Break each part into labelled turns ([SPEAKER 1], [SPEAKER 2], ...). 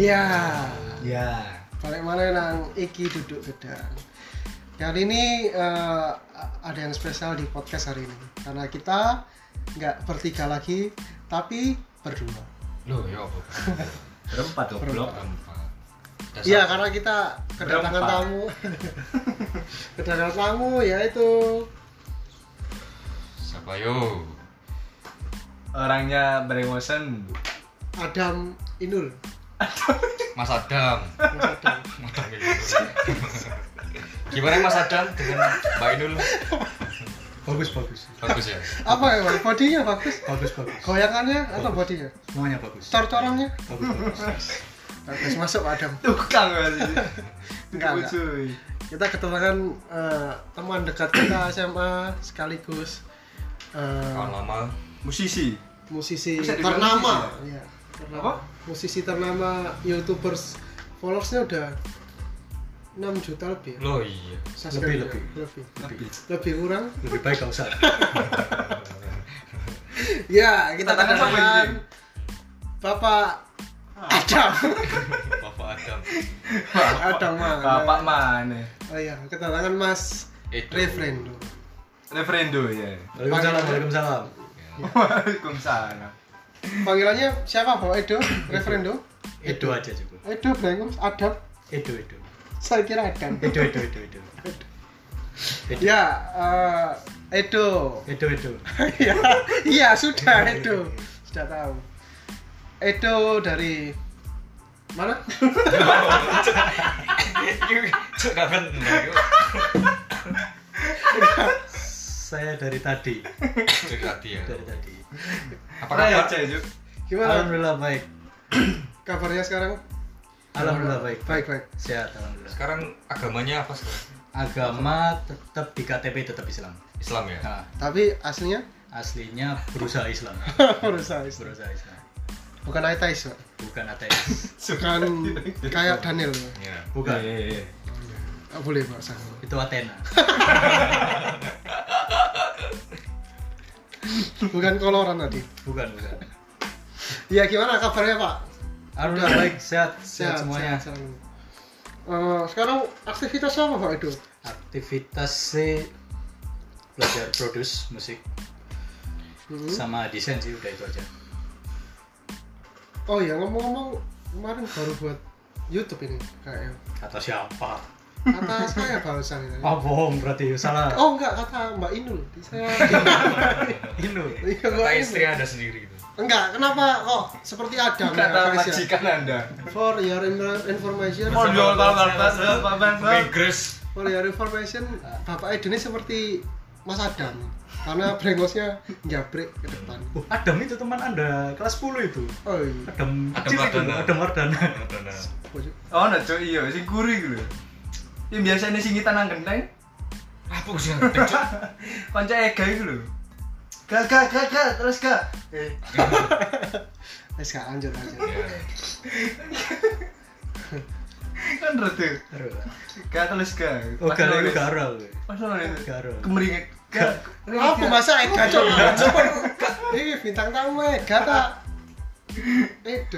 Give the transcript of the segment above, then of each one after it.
[SPEAKER 1] Iya.
[SPEAKER 2] Ya.
[SPEAKER 1] Balik mana nang iki duduk gedang. Kali ini ada yang spesial di podcast hari ini karena kita nggak bertiga lagi tapi berdua.
[SPEAKER 3] Loh, ya apa?
[SPEAKER 2] Berempat goblok.
[SPEAKER 1] Iya, karena kita kedatangan tamu. Kedatangan tamu yaitu
[SPEAKER 3] Siapa yo?
[SPEAKER 2] Orangnya beremosen.
[SPEAKER 1] Adam Inul.
[SPEAKER 3] Mas Adam.
[SPEAKER 1] Mas Adam.
[SPEAKER 3] Gimana Mas Adam dengan Mbak Inul?
[SPEAKER 2] Bagus.
[SPEAKER 3] Bagus ya?
[SPEAKER 1] Apa ya, Bang? Bodinya bagus?
[SPEAKER 2] Bagus.
[SPEAKER 1] Goyangannya atau bodinya?
[SPEAKER 2] Semuanya bagus.
[SPEAKER 1] Cor-corannya?
[SPEAKER 2] Bagus.
[SPEAKER 1] Bagus, masuk Pak Adam.
[SPEAKER 2] Tukang kali.
[SPEAKER 1] Enggak. Kita kedatangan teman dekat kita SMA sekaligus
[SPEAKER 3] Kawan lama.
[SPEAKER 2] Musisi Bisa dibilang
[SPEAKER 1] ternama.
[SPEAKER 2] musisi
[SPEAKER 1] Iya.
[SPEAKER 2] Apa?
[SPEAKER 1] Musisi ternama, YouTubers, followersnya udah 6 juta lebih.
[SPEAKER 3] Loh iya.
[SPEAKER 1] Subscriber-nya. Lebih kurang.
[SPEAKER 2] Lebih baik gak usah.
[SPEAKER 1] Ya, kita
[SPEAKER 2] Tantangan sama
[SPEAKER 1] kedatangan
[SPEAKER 2] ini.
[SPEAKER 1] Bapak Adam.
[SPEAKER 3] Bapak Adam.
[SPEAKER 1] Adam mana?
[SPEAKER 2] Bapak mana?
[SPEAKER 1] Oh iya, kedatangan Mas
[SPEAKER 3] Edo.
[SPEAKER 2] Referendo ya.
[SPEAKER 1] Waalaikumsalam.
[SPEAKER 2] Waalaikumsalam.
[SPEAKER 1] Panggilannya siapa, Bapak Edo? Referendo?
[SPEAKER 2] Edo aja cukup.
[SPEAKER 1] Edo, Bang. Adam.
[SPEAKER 2] Edo.
[SPEAKER 1] Saya kira Adam.
[SPEAKER 2] Edo.
[SPEAKER 1] Ya, Edo. Ya, iya sudah Edo. Sudah tahu. Edo dari mana?
[SPEAKER 3] Cuk gak bener.
[SPEAKER 2] Saya dari tadi.
[SPEAKER 3] Dari tadi ya.
[SPEAKER 2] Apakah
[SPEAKER 3] Apakah
[SPEAKER 2] aja, Juk?
[SPEAKER 1] Gimana
[SPEAKER 2] Alhamdulillah baik.
[SPEAKER 1] kabarnya sekarang?
[SPEAKER 2] Alhamdulillah baik.
[SPEAKER 1] Baik.
[SPEAKER 2] Sehat alhamdulillah.
[SPEAKER 3] sekarang agamanya apa sekarang?
[SPEAKER 2] Agama tetap di KTP tetap Islam.
[SPEAKER 3] Islam ya?
[SPEAKER 2] Nah,
[SPEAKER 1] Tapi aslinya
[SPEAKER 2] aslinya berusaha Islam.
[SPEAKER 1] berusaha Islam.
[SPEAKER 2] Berusaha Islam.
[SPEAKER 1] Bukan ateis, Pak.
[SPEAKER 2] Bukan ateis.
[SPEAKER 1] Bukan kayak Daniel.
[SPEAKER 3] Iya.
[SPEAKER 2] Bukan.
[SPEAKER 1] Oh, boleh, Pak. Sang.
[SPEAKER 2] Itu Athena.
[SPEAKER 1] Bukan koloran tadi.
[SPEAKER 2] Bukan.
[SPEAKER 1] Iya, gimana kabarnya, Pak?
[SPEAKER 2] Alhamdulillah baik, sehat semuanya.
[SPEAKER 1] sehat. Sekarang aktivitas apa, Pak Edo?
[SPEAKER 2] Aktivitas sih belajar produce musik sama desain sih, udah itu aja.
[SPEAKER 1] Oh iya, ngomong-ngomong kemarin baru buat YouTube ini kayaknya.
[SPEAKER 2] Kata siapa?
[SPEAKER 1] Kata saya barusan ini.
[SPEAKER 2] Oh bohong berarti salah.
[SPEAKER 1] Oh enggak, kata Mbak Inul. Saya
[SPEAKER 2] Inul.
[SPEAKER 1] Iya, Mbak
[SPEAKER 3] Kata
[SPEAKER 1] Inul.
[SPEAKER 3] istri ada sendiri gitu.
[SPEAKER 1] Enggak, kenapa kok seperti Adam ya,
[SPEAKER 2] Kata
[SPEAKER 1] guys, ya?
[SPEAKER 2] majikan Anda.
[SPEAKER 1] For your information.
[SPEAKER 3] Inggris.
[SPEAKER 1] For your information, Bapak Edo ini seperti Mas Adam. Karena brengosnya njabrek ke depan.
[SPEAKER 2] Adam itu teman Anda kelas 10 itu.
[SPEAKER 1] Oh iya.
[SPEAKER 2] Adam
[SPEAKER 3] Mardana.
[SPEAKER 2] Adam Mardana.
[SPEAKER 4] Oh, nah cok iya, sing guri gitu. Yang biasanya singitan nang genteng,
[SPEAKER 3] Apa sih yang penting?
[SPEAKER 4] kanca Ega iku lho. Gak, terus gak.
[SPEAKER 1] Wes gak lanjut.
[SPEAKER 4] Kan rete. Gak terus gak.
[SPEAKER 2] Oh, kalau itu garal.
[SPEAKER 4] Pas ono itu.
[SPEAKER 2] Garal.
[SPEAKER 4] Kemeringet. Gak.
[SPEAKER 1] Apa masa Ega cok? Ini bintang tamu Ega tak? Edo.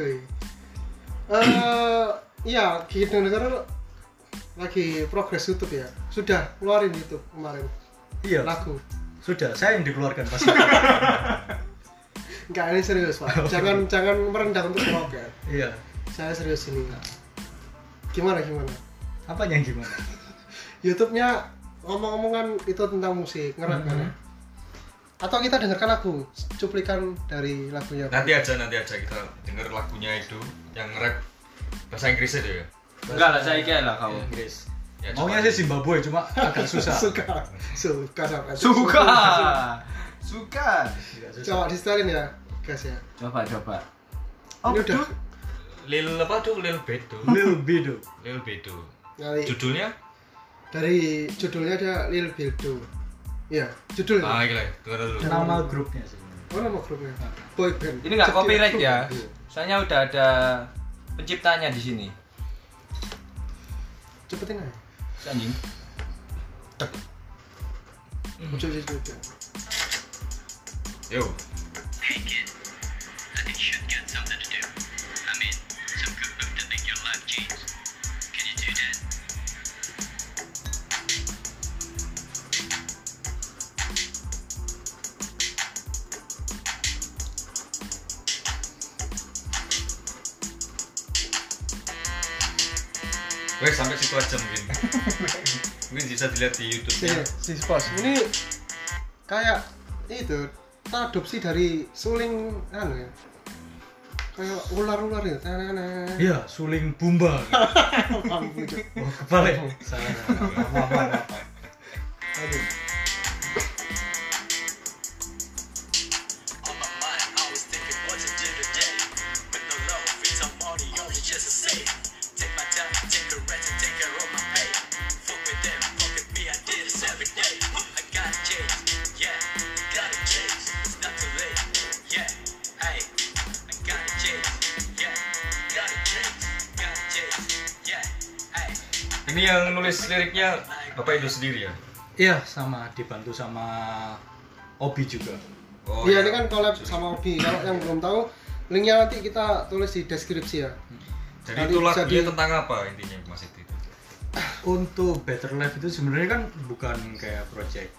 [SPEAKER 1] Iya, gitu negara lagi progres YouTube ya. Sudah keluarin YouTube kemarin
[SPEAKER 2] Iya.
[SPEAKER 1] lagu.
[SPEAKER 2] Sudah, saya yang dikeluarkan pas.
[SPEAKER 1] Enggak, ini serius, Pak. Jangan merendah untuk proker.
[SPEAKER 2] Iya.
[SPEAKER 1] Saya serius ini. Gimana?
[SPEAKER 2] Apanya yang gimana?
[SPEAKER 1] YouTube-nya ngomong-ngomongan itu tentang musik, nge-rap kan ya? Atau kita dengarkan lagu, cuplikan dari lagunya.
[SPEAKER 3] Nanti aja kita denger lagunya itu yang rap bahasa Inggris itu ya.
[SPEAKER 4] Enggak lah, saya kira lah kamu.
[SPEAKER 2] Inggris.
[SPEAKER 3] Ya,
[SPEAKER 2] Maunya
[SPEAKER 3] coba.
[SPEAKER 2] sih Zimbabwe cuma agak susah.
[SPEAKER 1] Suka sampai.
[SPEAKER 4] Suka.
[SPEAKER 2] Agak susah.
[SPEAKER 1] Coba di-setelin ya, guys ya.
[SPEAKER 4] Coba.
[SPEAKER 1] Ini udah
[SPEAKER 3] Lil apa tuh? Lil Bedo.
[SPEAKER 2] Lil Bido.
[SPEAKER 3] Judulnya?
[SPEAKER 1] dari judulnya ada Lil Bildo. Iya, judulnya.
[SPEAKER 3] Gila, dengar dulu.
[SPEAKER 2] Nama grupnya sih.
[SPEAKER 1] Oh, nama grupnya. Boy band.
[SPEAKER 4] Ini nggak
[SPEAKER 1] Jadi
[SPEAKER 4] copyright
[SPEAKER 1] grup.
[SPEAKER 4] ya. Soalnya udah ada penciptanya di sini.
[SPEAKER 1] Cepetin aja.
[SPEAKER 4] Anjing.
[SPEAKER 1] Coba.
[SPEAKER 3] Yo.
[SPEAKER 5] Hey kid, I think you should get something to do. I mean, some good food to make
[SPEAKER 3] Weh, sampai situ aja mungkin. Mungkin bisa dilihat di YouTube.
[SPEAKER 1] Iya, si Spos. Ini kayak itu adopsi dari suling ya. Kayak ular-ular ya.
[SPEAKER 2] Iya, suling bumba.
[SPEAKER 1] Bambu.
[SPEAKER 2] Oh, kebalik. Salah. Apa.
[SPEAKER 1] Aduh.
[SPEAKER 3] Ini yang nulis liriknya Bapak Indo sendiri ya?
[SPEAKER 2] Iya, sama dibantu sama Obi juga.
[SPEAKER 3] Oh,
[SPEAKER 1] Iya, ini kan collab sama Obi. Kalau yang belum tahu, linknya nanti kita tulis di deskripsi ya.
[SPEAKER 3] Jadi
[SPEAKER 1] Nanti
[SPEAKER 3] itu
[SPEAKER 1] bisa
[SPEAKER 3] lagunya tentang apa intinya Mas itu?
[SPEAKER 2] Untuk Better Life itu sebenarnya kan bukan kayak project.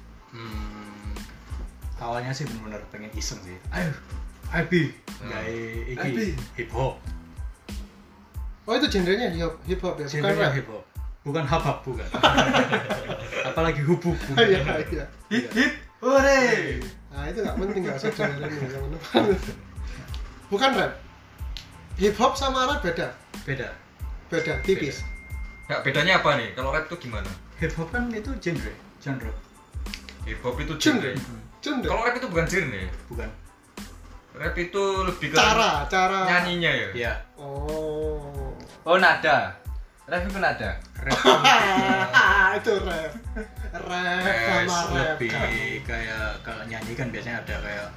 [SPEAKER 2] Awalnya sih benar-benar pengen iseng sih. Ayo, IB, kayak iki hip hop.
[SPEAKER 1] Oh, itu genrenya hip hop ya, bukan
[SPEAKER 2] Genrenya
[SPEAKER 1] rap.
[SPEAKER 2] hip hop. Bukan hap-hap, bukan. Apalagi hubuk.
[SPEAKER 1] Iya, iya.
[SPEAKER 4] Hit, hore.
[SPEAKER 1] Nah, itu nggak penting, nggak usah dengerin yang depan. Bukan rap. Hip hop sama rap beda. Beda, tipis.
[SPEAKER 3] Nggak, bedanya apa nih? Kalau rap tuh gimana?
[SPEAKER 2] Hip hop kan itu genre.
[SPEAKER 3] Hip hop itu
[SPEAKER 1] Genre.
[SPEAKER 3] genre. Kalau rap itu bukan genre.
[SPEAKER 2] Bukan.
[SPEAKER 3] Rap itu lebih ke
[SPEAKER 1] Cara
[SPEAKER 3] nyanyinya ya.
[SPEAKER 2] Iya.
[SPEAKER 1] Oh,
[SPEAKER 4] nada. Rap itu nada.
[SPEAKER 1] itu rap sama rap.
[SPEAKER 2] Lebih kayak kalau nyanyi kan biasanya ada kayak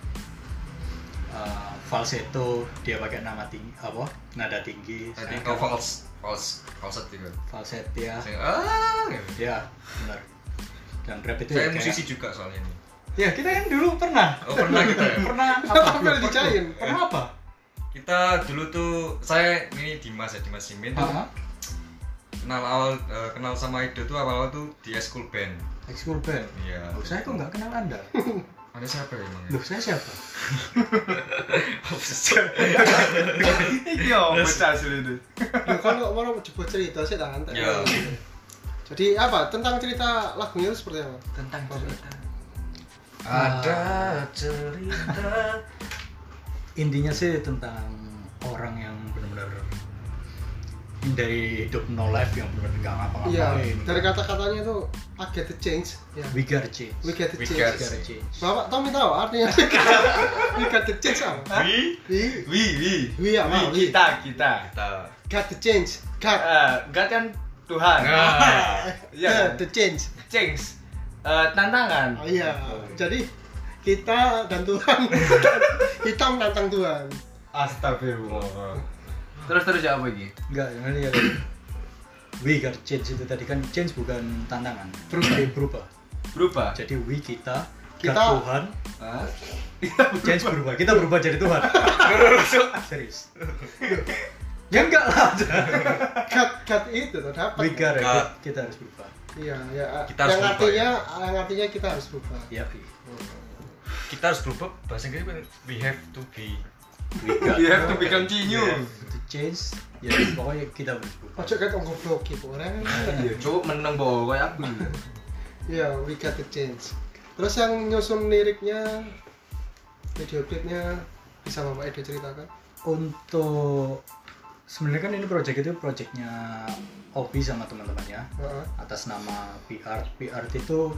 [SPEAKER 2] falsetto, dia pakai nada tinggi.
[SPEAKER 3] Tadi
[SPEAKER 2] Saya
[SPEAKER 3] kau
[SPEAKER 2] kan
[SPEAKER 3] falset juga.
[SPEAKER 2] falset ya.
[SPEAKER 3] Gitu.
[SPEAKER 2] Ya, benar. Dan rap itu
[SPEAKER 3] Saya
[SPEAKER 2] ya
[SPEAKER 3] musisi juga soalnya ini.
[SPEAKER 2] Ya, kita kan dulu pernah.
[SPEAKER 3] Oh, pernah kita ya?
[SPEAKER 2] Pernah
[SPEAKER 1] Sambil dicain.
[SPEAKER 2] Pernah apa?
[SPEAKER 3] Kita dulu tuh, saya ini Dimas Simin tuh kenal sama Ido tuh awal-awal tuh di School Band.
[SPEAKER 2] School Band.
[SPEAKER 3] Iya.
[SPEAKER 2] Oh, saya kok nggak kenal Anda?
[SPEAKER 3] Ada siapa ya emang?
[SPEAKER 2] Loh, saya siapa?
[SPEAKER 4] Iya, bocah asli itu.
[SPEAKER 1] Loh, kan kok mau coba cerita sih tak antek.
[SPEAKER 3] Ya.
[SPEAKER 1] Jadi apa? Tentang cerita lagunya itu seperti apa?
[SPEAKER 4] Tentang cerita.
[SPEAKER 3] Ada cerita.
[SPEAKER 2] Intinya sih tentang orang yang benar-benar dari hidup no life yang benar-benar nggak
[SPEAKER 1] Iya,
[SPEAKER 2] ngapa-ngapain.
[SPEAKER 1] dari kata-katanya itu I get the change. Ya.
[SPEAKER 2] We gotta change.
[SPEAKER 1] We get the
[SPEAKER 3] We
[SPEAKER 1] change.
[SPEAKER 3] get-
[SPEAKER 2] We gotta change.
[SPEAKER 1] Bapak Tommy tahu artinya we get the change apa?
[SPEAKER 3] Wi,
[SPEAKER 1] We apa? We
[SPEAKER 4] Kita.
[SPEAKER 3] kita.
[SPEAKER 1] got the change. Got
[SPEAKER 4] God kan Tuhan.
[SPEAKER 3] Nah,
[SPEAKER 4] Iya.
[SPEAKER 1] the change.
[SPEAKER 4] Change. Tantangan.
[SPEAKER 1] Oh, iya. Jadi kita dan Tuhan kita menantang Tuhan.
[SPEAKER 4] Astagfirullah. Terus ya apa lagi?
[SPEAKER 2] Enggak, jangan ya. We gotta change itu tadi kan change bukan tantangan. Berubah.
[SPEAKER 4] Berubah.
[SPEAKER 2] Jadi we kita
[SPEAKER 1] Kita-
[SPEAKER 2] Tuhan,
[SPEAKER 4] Hah?
[SPEAKER 2] change berubah. Kita berubah jadi Tuhan. Serius. Ya enggak lah.
[SPEAKER 1] Got itu tuh dapat.
[SPEAKER 2] We gotta,
[SPEAKER 3] God.
[SPEAKER 2] kita harus berubah.
[SPEAKER 1] Iya, ya.
[SPEAKER 3] Kita harus berubah,
[SPEAKER 1] yang artinya kita harus berubah.
[SPEAKER 2] Ya,
[SPEAKER 3] kita harus berubah. Bahasa Inggris we have to be.
[SPEAKER 4] You have to become genius.
[SPEAKER 2] to change. Ya pokoknya kita harus berubah.
[SPEAKER 1] Ojo kayak tonggo blok gitu orang.
[SPEAKER 4] Iya, cuk meneng bawa kayak aku.
[SPEAKER 1] Iya, we got the change. Terus yang nyusun liriknya, video klipnya bisa Bapak Edo ceritakan?
[SPEAKER 2] Untuk sebenarnya kan ini projectnya Obi sama teman-temannya
[SPEAKER 1] Heeh.
[SPEAKER 2] atas nama PR. PR itu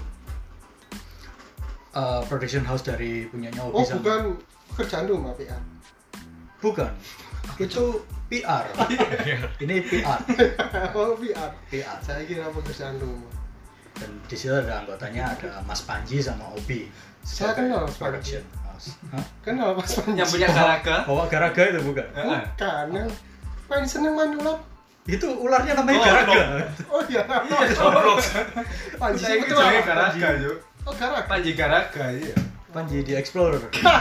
[SPEAKER 2] production house dari punyanya Obi
[SPEAKER 1] Oh,
[SPEAKER 2] sama
[SPEAKER 1] bukan pekerjaan rumah PR.
[SPEAKER 2] bukan. Itu PR. Ini PR.
[SPEAKER 1] Oh, PR.
[SPEAKER 2] PR.
[SPEAKER 1] Saya kira pekerjaan rumah.
[SPEAKER 2] Dan di situ ada anggotanya, ada Mas Panji sama Obi.
[SPEAKER 1] Saya
[SPEAKER 2] sebagai
[SPEAKER 1] kenal Mas
[SPEAKER 2] production house. Hah?
[SPEAKER 1] Kenal Mas Panji?
[SPEAKER 4] Yang punya garaga.
[SPEAKER 2] Bawa garaga itu bukan?
[SPEAKER 1] Bukan, yang main seneng main ulat.
[SPEAKER 2] Itu ularnya namanya
[SPEAKER 4] Oh,
[SPEAKER 2] garaga.
[SPEAKER 1] Oh iya. Panji
[SPEAKER 4] Saya
[SPEAKER 1] itu
[SPEAKER 4] kecuali
[SPEAKER 1] apa?
[SPEAKER 4] garaga, yuk.
[SPEAKER 1] Oh, garaga.
[SPEAKER 4] Panji garaga, iya.
[SPEAKER 2] Panji di Explorer.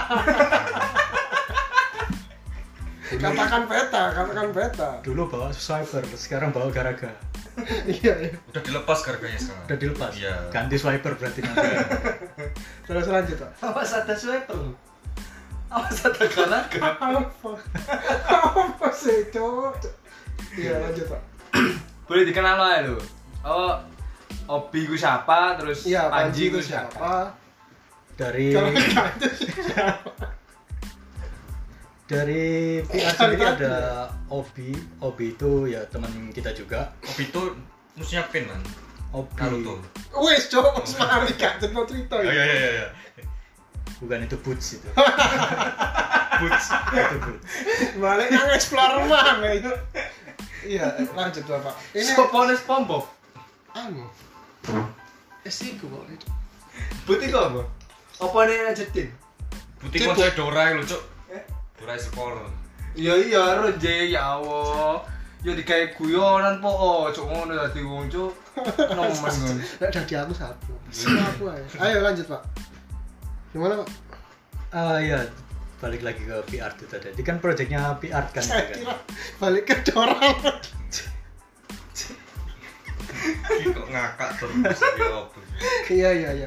[SPEAKER 1] Katakan peta.
[SPEAKER 2] Dulu bawa swiper, sekarang bawa garaga.
[SPEAKER 1] Iya, iya.
[SPEAKER 3] Udah dilepas harganya sekarang.
[SPEAKER 2] Udah dilepas.
[SPEAKER 3] Iya.
[SPEAKER 2] Ganti swiper berarti nanti.
[SPEAKER 1] Terus lanjut, Pak.
[SPEAKER 4] Awas ada sweater. Awas ada garaga.
[SPEAKER 1] Apa sih, Cok? Iya, lanjut, Pak.
[SPEAKER 4] boleh dikenal aja lho. Oh, Obi ku siapa, terus
[SPEAKER 1] Iya,
[SPEAKER 4] Panji
[SPEAKER 1] Panji
[SPEAKER 4] ku
[SPEAKER 1] itu siapa?
[SPEAKER 2] Dari
[SPEAKER 1] Kalau enggak itu siapa?
[SPEAKER 2] dari PR sendiri ada Obi itu ya teman kita juga.
[SPEAKER 3] Kopi itu musuhnya Pin man.
[SPEAKER 2] Obi
[SPEAKER 3] Naruto.
[SPEAKER 1] Wes, coba Mas Mari gak cerita cerita.
[SPEAKER 3] Oh iya.
[SPEAKER 2] bukan itu Boots itu.
[SPEAKER 3] Boots.
[SPEAKER 2] Itu Boots.
[SPEAKER 1] Balik nang explore mana itu. Iya, lanjut Bapak. Ini
[SPEAKER 4] Sopones Pombo.
[SPEAKER 1] anu. Iku kok itu.
[SPEAKER 4] Putih kok apa? Apa nih lanjutin?
[SPEAKER 3] Putih konco Dora lho, Cuk. Dora Explorer.
[SPEAKER 4] Iya, Ronje ya Allah. Ya digawe guyonan po, cuk ngono dadi wong cuk. Nomen ngono.
[SPEAKER 1] Nek dadi aku satu. Aku aja. Ayo lanjut, Pak. Gimana, Pak?
[SPEAKER 2] Ya balik lagi ke PR itu tadi. Ini kan proyeknya PR kan itu
[SPEAKER 1] Saya
[SPEAKER 2] kan.
[SPEAKER 1] kira balik ke Dora lagi.
[SPEAKER 3] Iki kok ngakak terus ya opo.
[SPEAKER 1] Iya.
[SPEAKER 2] Ya.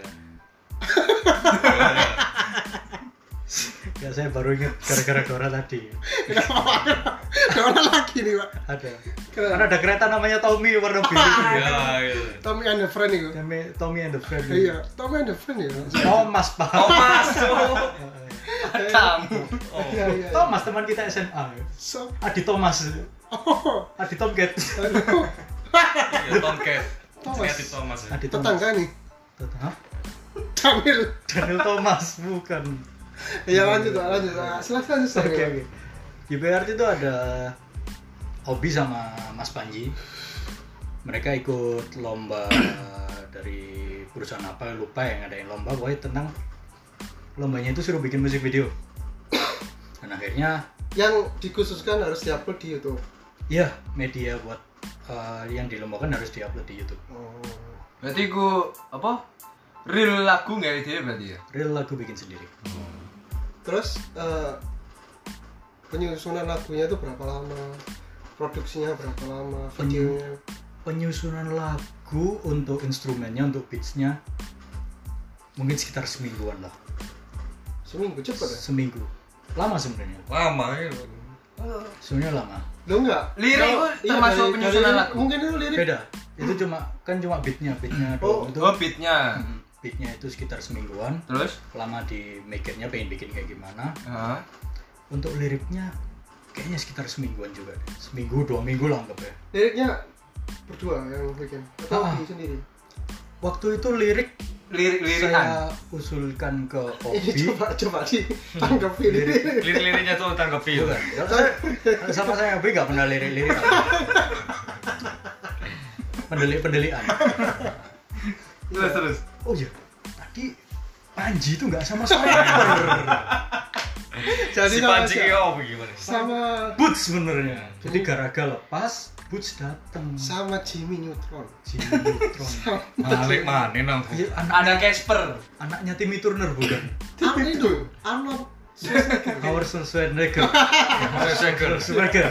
[SPEAKER 2] Ya saya baru ingat gara-gara Dora tadi.
[SPEAKER 1] Kenapa, Pak? Dora lagi nih, Pak.
[SPEAKER 2] Ada. Karena ada kereta namanya Tommy warna biru.
[SPEAKER 3] Ya, gitu.
[SPEAKER 1] Tommy and the Friend itu.
[SPEAKER 2] Tommy and the Friend.
[SPEAKER 1] Iya, Tommy and the Friend ya.
[SPEAKER 2] Thomas, Pak.
[SPEAKER 3] Thomas.
[SPEAKER 4] Kamu.
[SPEAKER 3] Oh.
[SPEAKER 1] Iya.
[SPEAKER 2] Thomas teman kita SMA.
[SPEAKER 1] So,
[SPEAKER 2] Adi Thomas.
[SPEAKER 1] oh,
[SPEAKER 2] Adi Tomcat.
[SPEAKER 1] aduh.
[SPEAKER 3] Iya, Tomcat.
[SPEAKER 1] Thomas.
[SPEAKER 3] Ternyata Thomas. Ya.
[SPEAKER 2] Adi Thomas.
[SPEAKER 1] Tetangga nih.
[SPEAKER 2] Hah?
[SPEAKER 1] Camil.
[SPEAKER 2] Daniel Thomas bukan.
[SPEAKER 1] Ya lanjut. Silakan.
[SPEAKER 2] Oke. Di PR itu ada Obi sama Mas Panji. Mereka ikut lomba dari perusahaan apa lupa yang ngadain lomba, pokoknya tentang lombanya itu suruh bikin musik video. Dan akhirnya
[SPEAKER 1] Yang dikhususkan harus diupload di YouTube.
[SPEAKER 2] ya media buat yang dilombakan harus diupload di YouTube.
[SPEAKER 1] Oh.
[SPEAKER 4] Berarti ku apa? Real lagu enggak ide berarti ya?
[SPEAKER 2] Real lagu bikin sendiri.
[SPEAKER 1] Terus penyusunan lagunya itu berapa lama? Produksinya berapa lama? Videonya?
[SPEAKER 2] Penyusunan lagu untuk instrumennya, untuk beatsnya mungkin sekitar semingguan lah.
[SPEAKER 1] Seminggu cepet ya?
[SPEAKER 2] Seminggu. Lama sebenarnya.
[SPEAKER 3] Lama ya.
[SPEAKER 2] Sebenarnya lama.
[SPEAKER 1] Lo enggak?
[SPEAKER 4] Lirik
[SPEAKER 1] Kalau-
[SPEAKER 4] itu termasuk
[SPEAKER 1] dari
[SPEAKER 4] penyusunan
[SPEAKER 1] lirik,
[SPEAKER 4] lagu?
[SPEAKER 1] Mungkin itu lirik.
[SPEAKER 2] Beda. Itu cuma beatnya
[SPEAKER 1] Oh,
[SPEAKER 2] doang. Itu
[SPEAKER 4] Oh, beatnya.
[SPEAKER 2] beatnya itu sekitar semingguan.
[SPEAKER 4] Terus?
[SPEAKER 2] Lama di makernya pengen bikin kayak gimana.
[SPEAKER 4] Heeh.
[SPEAKER 2] Untuk liriknya kayaknya sekitar semingguan juga deh. Seminggu 2 minggu lah anggap ya.
[SPEAKER 1] Liriknya berdua yang bikin atau
[SPEAKER 2] Ah.
[SPEAKER 1] bikin sendiri?
[SPEAKER 2] Waktu itu lirik
[SPEAKER 4] Lirik-lirikan.
[SPEAKER 2] saya usulkan ke
[SPEAKER 1] Ini
[SPEAKER 2] Obi.
[SPEAKER 1] coba ditanggapi lirik.
[SPEAKER 3] Lirik-liriknya tuh tanggapi.
[SPEAKER 2] Bukan. Sama saya Obi nggak pernah lirik-lirik. Pendelian.
[SPEAKER 4] Terus.
[SPEAKER 2] Oh iya, tadi Panji itu nggak sama swiper.
[SPEAKER 1] Jadi
[SPEAKER 3] Si Panji ki opo gimana?
[SPEAKER 1] sama
[SPEAKER 2] Boots sebenarnya. Jadi garaga lepas, Boots datang.
[SPEAKER 1] sama Jimmy Neutron.
[SPEAKER 2] Jimmy Neutron.
[SPEAKER 3] Balik mana nang?
[SPEAKER 2] Iya,
[SPEAKER 4] Ada Casper.
[SPEAKER 2] anaknya Timmy Turner bukan?
[SPEAKER 1] Apa itu? Arnold Schwarzenegger.
[SPEAKER 2] Howard Schwarzenegger.
[SPEAKER 3] Schwarzenegger.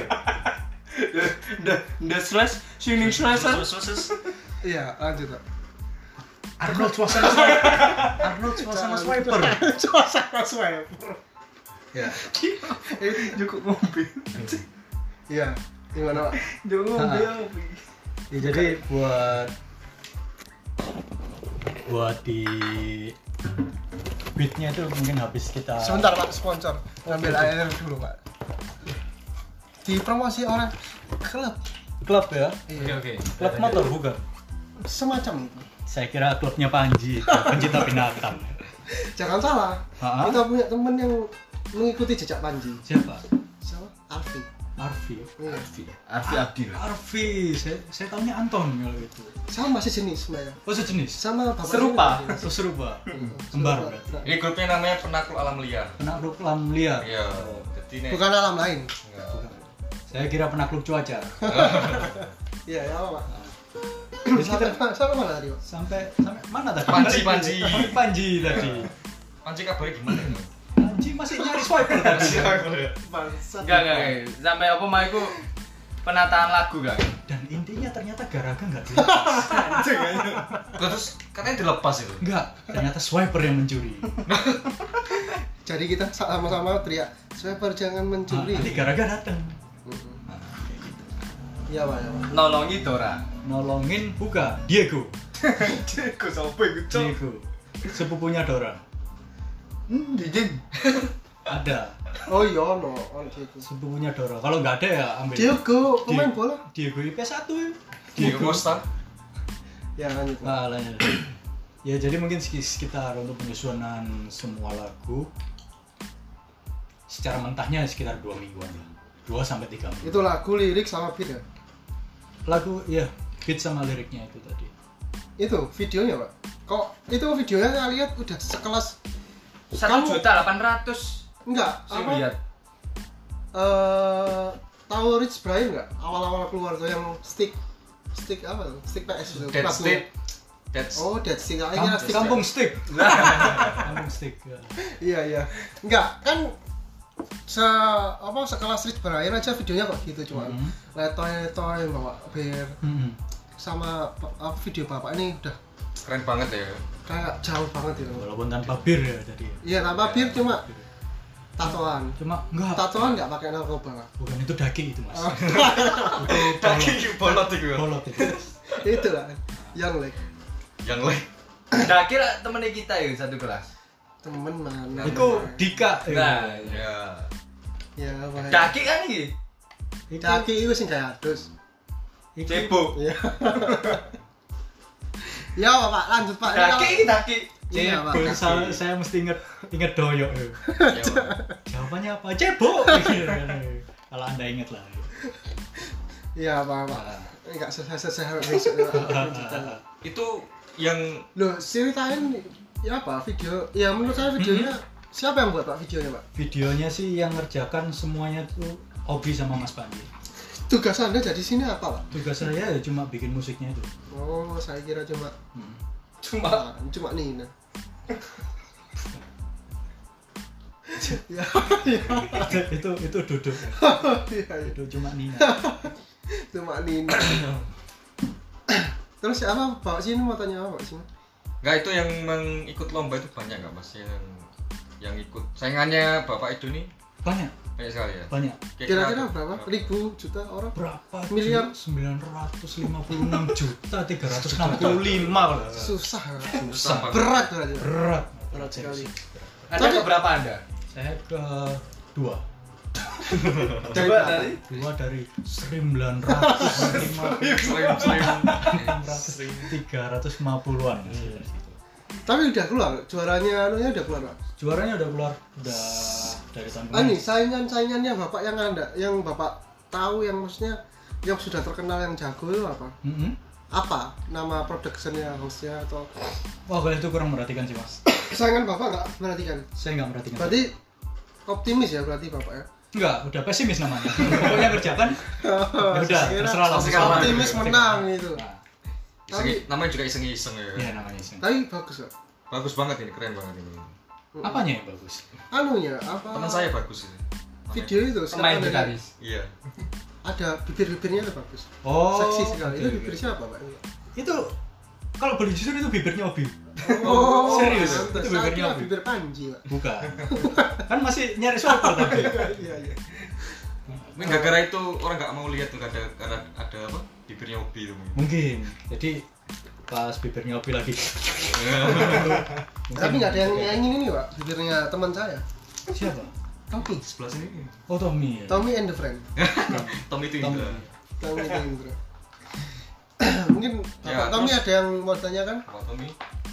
[SPEAKER 4] The slash swimming slash.
[SPEAKER 1] Iya, lanjut Pak.
[SPEAKER 2] Arnold Schwarzenegger. Arnold Schwarzenegger swiper.
[SPEAKER 1] Suasana swiper.
[SPEAKER 2] Ya.
[SPEAKER 4] Cukup ngombe.
[SPEAKER 1] Iya, gimana Pak?
[SPEAKER 4] Cukup ngombe.
[SPEAKER 2] Ya, jadi buat di beatnya itu mungkin habis kita
[SPEAKER 1] Sebentar Pak, sponsor. Ngambil air dulu Pak. Dipromosi oleh klub
[SPEAKER 2] ya.
[SPEAKER 3] Oke.
[SPEAKER 2] Klub motor bukan?
[SPEAKER 1] semacam itu.
[SPEAKER 2] Saya kira klubnya Panji, pencinta binatang.
[SPEAKER 1] Jangan salah.
[SPEAKER 2] Ha-ha.
[SPEAKER 1] Kita punya temen yang mengikuti jejak Panji.
[SPEAKER 2] Siapa?
[SPEAKER 1] Siapa? Alfi.
[SPEAKER 2] Arfi.
[SPEAKER 1] Iya.
[SPEAKER 4] Arfi Abdil.
[SPEAKER 2] Arfi, saya tahunya Anton kalau itu.
[SPEAKER 1] Sama sejenis sebenarnya.
[SPEAKER 2] Oh sejenis.
[SPEAKER 1] Sama bapak
[SPEAKER 4] Serupa.
[SPEAKER 2] Oh serupa. Kembar
[SPEAKER 1] Serupa.
[SPEAKER 2] berarti.
[SPEAKER 3] Ini grupnya namanya Penakluk Alam Liar.
[SPEAKER 2] Penakluk alam liar.
[SPEAKER 3] Iya. Jadi nih.
[SPEAKER 1] Bukan alam lain.
[SPEAKER 3] Enggak.
[SPEAKER 2] Saya kira penakluk cuaca.
[SPEAKER 1] Iya, ya apa Pak?
[SPEAKER 2] Jadi
[SPEAKER 1] Sampai
[SPEAKER 2] kita
[SPEAKER 1] sampai mana tadi Pak?
[SPEAKER 2] sampai mana tadi?
[SPEAKER 3] Panji.
[SPEAKER 2] Panji tadi.
[SPEAKER 3] Panji kabarnya gimana ini?
[SPEAKER 2] Panji masih nyari swiper tadi.
[SPEAKER 1] Bangsat.
[SPEAKER 4] Enggak. Sampai apa mah iku penataan lagu kan?
[SPEAKER 2] Dan intinya ternyata garaga nggak dilepas.
[SPEAKER 3] Terus katanya dilepas itu.
[SPEAKER 2] Enggak, ternyata swiper yang mencuri.
[SPEAKER 1] Jadi kita sama-sama teriak, swiper jangan mencuri.
[SPEAKER 2] Nanti garaga datang.
[SPEAKER 1] Mhm.
[SPEAKER 2] Nah, kayak gitu.
[SPEAKER 1] Iya Pak, ya Pak.
[SPEAKER 4] Nolongi Dora.
[SPEAKER 2] Nolongin buka Diego.
[SPEAKER 4] Diego sapa iku, Cok?
[SPEAKER 2] Diego. Sepupunya Dora.
[SPEAKER 4] Dijing.
[SPEAKER 2] Ada.
[SPEAKER 1] Oh iya ono Diego.
[SPEAKER 2] Sepupunya Dora. Kalau nggak ada ya ambil.
[SPEAKER 1] Diego pemain bola.
[SPEAKER 2] Diego IP1 ya.
[SPEAKER 3] Diego Costa.
[SPEAKER 1] Ya lanjut. Pak.
[SPEAKER 2] Nah, lanjut. Ya jadi mungkin sekitar untuk penyusunan semua lagu secara mentahnya sekitar 2 mingguan lah. 2 sampai 3 minggu.
[SPEAKER 1] Itu lagu, lirik sama beat ya?
[SPEAKER 2] Lagu ya, beat sama liriknya itu tadi.
[SPEAKER 1] Itu videonya Pak. Kok itu videonya saya lihat udah sekelas
[SPEAKER 4] 1.800.000.
[SPEAKER 1] enggak
[SPEAKER 4] Saya
[SPEAKER 1] apa?
[SPEAKER 4] lihat.
[SPEAKER 1] Tahu Rich Brian nggak? Awal-awal keluar tuh yang stick apa tuh? Stick PS itu.
[SPEAKER 3] Dead
[SPEAKER 1] lagu.
[SPEAKER 3] State. That's
[SPEAKER 1] Oh, Dead Stick. Kayaknya stick.
[SPEAKER 2] Kampung stick. Kampung stick. Ya.
[SPEAKER 1] Iya. Enggak, kan sekelas Rich Brian aja videonya kok gitu cuman. Letoy bawa bear sama video bapak ini udah
[SPEAKER 3] keren banget ya.
[SPEAKER 1] kayak jauh banget itu.
[SPEAKER 2] Walaupun tanpa bir ya tadi.
[SPEAKER 1] Iya, tanpa bir cuma tatoan.
[SPEAKER 2] Cuma enggak.
[SPEAKER 1] Tatoan nggak pakai narkoba.
[SPEAKER 2] Bukan itu daki itu, Mas.
[SPEAKER 3] Daki bolot itu.
[SPEAKER 2] Bolot itu.
[SPEAKER 1] Itu lah, yang like
[SPEAKER 3] Yang lain.
[SPEAKER 4] Nah, kira temennya kita ya satu kelas.
[SPEAKER 1] temen mana?
[SPEAKER 2] Itu Dika.
[SPEAKER 4] Nah,
[SPEAKER 3] Ya.
[SPEAKER 1] Ya, apa?
[SPEAKER 4] Daki kan iki.
[SPEAKER 1] Daki itu sing kayak adus.
[SPEAKER 4] Cebok.
[SPEAKER 1] Iya. Ya, Pak, lanjut Pak.
[SPEAKER 4] Daki iki daki.
[SPEAKER 1] Iya, Pak.
[SPEAKER 2] Saya mesti inget doyok.
[SPEAKER 3] Ya,
[SPEAKER 2] Jawabannya apa? Cebok. Kalau Anda inget lah.
[SPEAKER 1] Iya, Pak. Enggak selesai besok.
[SPEAKER 3] itu yang
[SPEAKER 1] Loh, ceritain ya apa video? Ya menurut saya videonya siapa yang buat Pak videonya, Pak?
[SPEAKER 2] Videonya sih yang ngerjakan semuanya tuh Obi sama Mas Panji.
[SPEAKER 1] Tugas Anda jadi sini apa, Pak?
[SPEAKER 2] Tugas saya ya cuma bikin musiknya itu.
[SPEAKER 1] Oh, saya kira cuma
[SPEAKER 4] Cuma
[SPEAKER 1] Nina. Ya,
[SPEAKER 2] itu duduk.
[SPEAKER 1] iya.
[SPEAKER 2] Itu cuma Nina.
[SPEAKER 1] Cuma Nina. Terus apa Pak sini mau tanya apa sih?
[SPEAKER 3] enggak itu yang mengikut lomba itu banyak enggak Mas yang ikut saingannya Bapak itu nih
[SPEAKER 2] Banyak
[SPEAKER 3] sekali ya.
[SPEAKER 2] banyak.
[SPEAKER 1] Kira-kira berapa? Ribu, juta orang?
[SPEAKER 2] Berapa?
[SPEAKER 1] Miliar?
[SPEAKER 2] 956 juta 365 kalau.
[SPEAKER 1] Susah.
[SPEAKER 3] Susah banget.
[SPEAKER 1] Berat berarti.
[SPEAKER 2] Berat
[SPEAKER 1] sekali.
[SPEAKER 4] Ada ke berapa Anda?
[SPEAKER 2] Saya ke 2.
[SPEAKER 4] Coba dari
[SPEAKER 2] 2 dari 350-an.
[SPEAKER 1] Tapi udah keluar juaranya anunya udah keluar, Pak.
[SPEAKER 2] Juaranya udah keluar udah dari tahun
[SPEAKER 1] Ini saingannya Bapak yang Bapak tahu yang maksudnya yang sudah terkenal yang jago itu apa? Apa nama productionnya, hostnya atau?
[SPEAKER 2] Wah, kalau itu kurang merhatikan sih, Mas.
[SPEAKER 1] Saingan Bapak nggak perhatikan?
[SPEAKER 2] Saya nggak merhatikan.
[SPEAKER 1] Berarti optimis ya berarti Bapak ya?
[SPEAKER 2] Enggak, udah pesimis namanya. Pokoknya kerjakan. Ya udah, terserah lah.
[SPEAKER 1] Optimis menang itu.
[SPEAKER 2] Nah,
[SPEAKER 3] Namanya juga iseng-iseng ya.
[SPEAKER 2] iya namanya sih.
[SPEAKER 1] Tapi bagus kok.
[SPEAKER 3] Bagus banget ini, keren banget ini.
[SPEAKER 2] Apanya yang bagus?
[SPEAKER 1] Anunya apa?
[SPEAKER 3] Teman saya bagus ini.
[SPEAKER 1] Video itu
[SPEAKER 4] pemain
[SPEAKER 1] sekarang
[SPEAKER 4] gitaris.
[SPEAKER 3] Iya.
[SPEAKER 1] ada bibir-bibirnya itu bagus.
[SPEAKER 2] Oh,
[SPEAKER 1] Seksi sekali. Itu
[SPEAKER 2] oke,
[SPEAKER 1] bibir
[SPEAKER 2] oke.
[SPEAKER 1] siapa, Pak?
[SPEAKER 2] Itu kalau boleh jujur itu bibirnya Obi.
[SPEAKER 1] Oh,
[SPEAKER 2] Serius?
[SPEAKER 1] pantes.
[SPEAKER 2] Itu
[SPEAKER 1] Saya
[SPEAKER 2] bibirnya
[SPEAKER 1] kira
[SPEAKER 2] Obi.
[SPEAKER 1] bibir Panji, Pak.
[SPEAKER 2] Bukan. Kan masih nyari soal tadi.
[SPEAKER 1] Iya, iya.
[SPEAKER 3] Mungkin gara-gara itu orang nggak mau lihat tuh karena ada apa bibirnya Obi itu mungkin.
[SPEAKER 2] Mungkin. Jadi pas bibirnya Obi lagi.
[SPEAKER 1] Tapi nggak ada yang nyanyiin ini, Pak. Bibirnya teman saya.
[SPEAKER 2] Siapa?
[SPEAKER 1] Tommy.
[SPEAKER 3] Sebelah sini.
[SPEAKER 2] Oh, Tommy. Ya.
[SPEAKER 1] Tommy and the Friend.
[SPEAKER 3] Tommy itu
[SPEAKER 2] Tommy.
[SPEAKER 3] Indra.
[SPEAKER 1] Tommy and Indra. Mungkin
[SPEAKER 3] Ya,
[SPEAKER 1] Bapak Tommy
[SPEAKER 3] terus-
[SPEAKER 1] ada yang mau tanyakan?
[SPEAKER 3] Apa Tommy?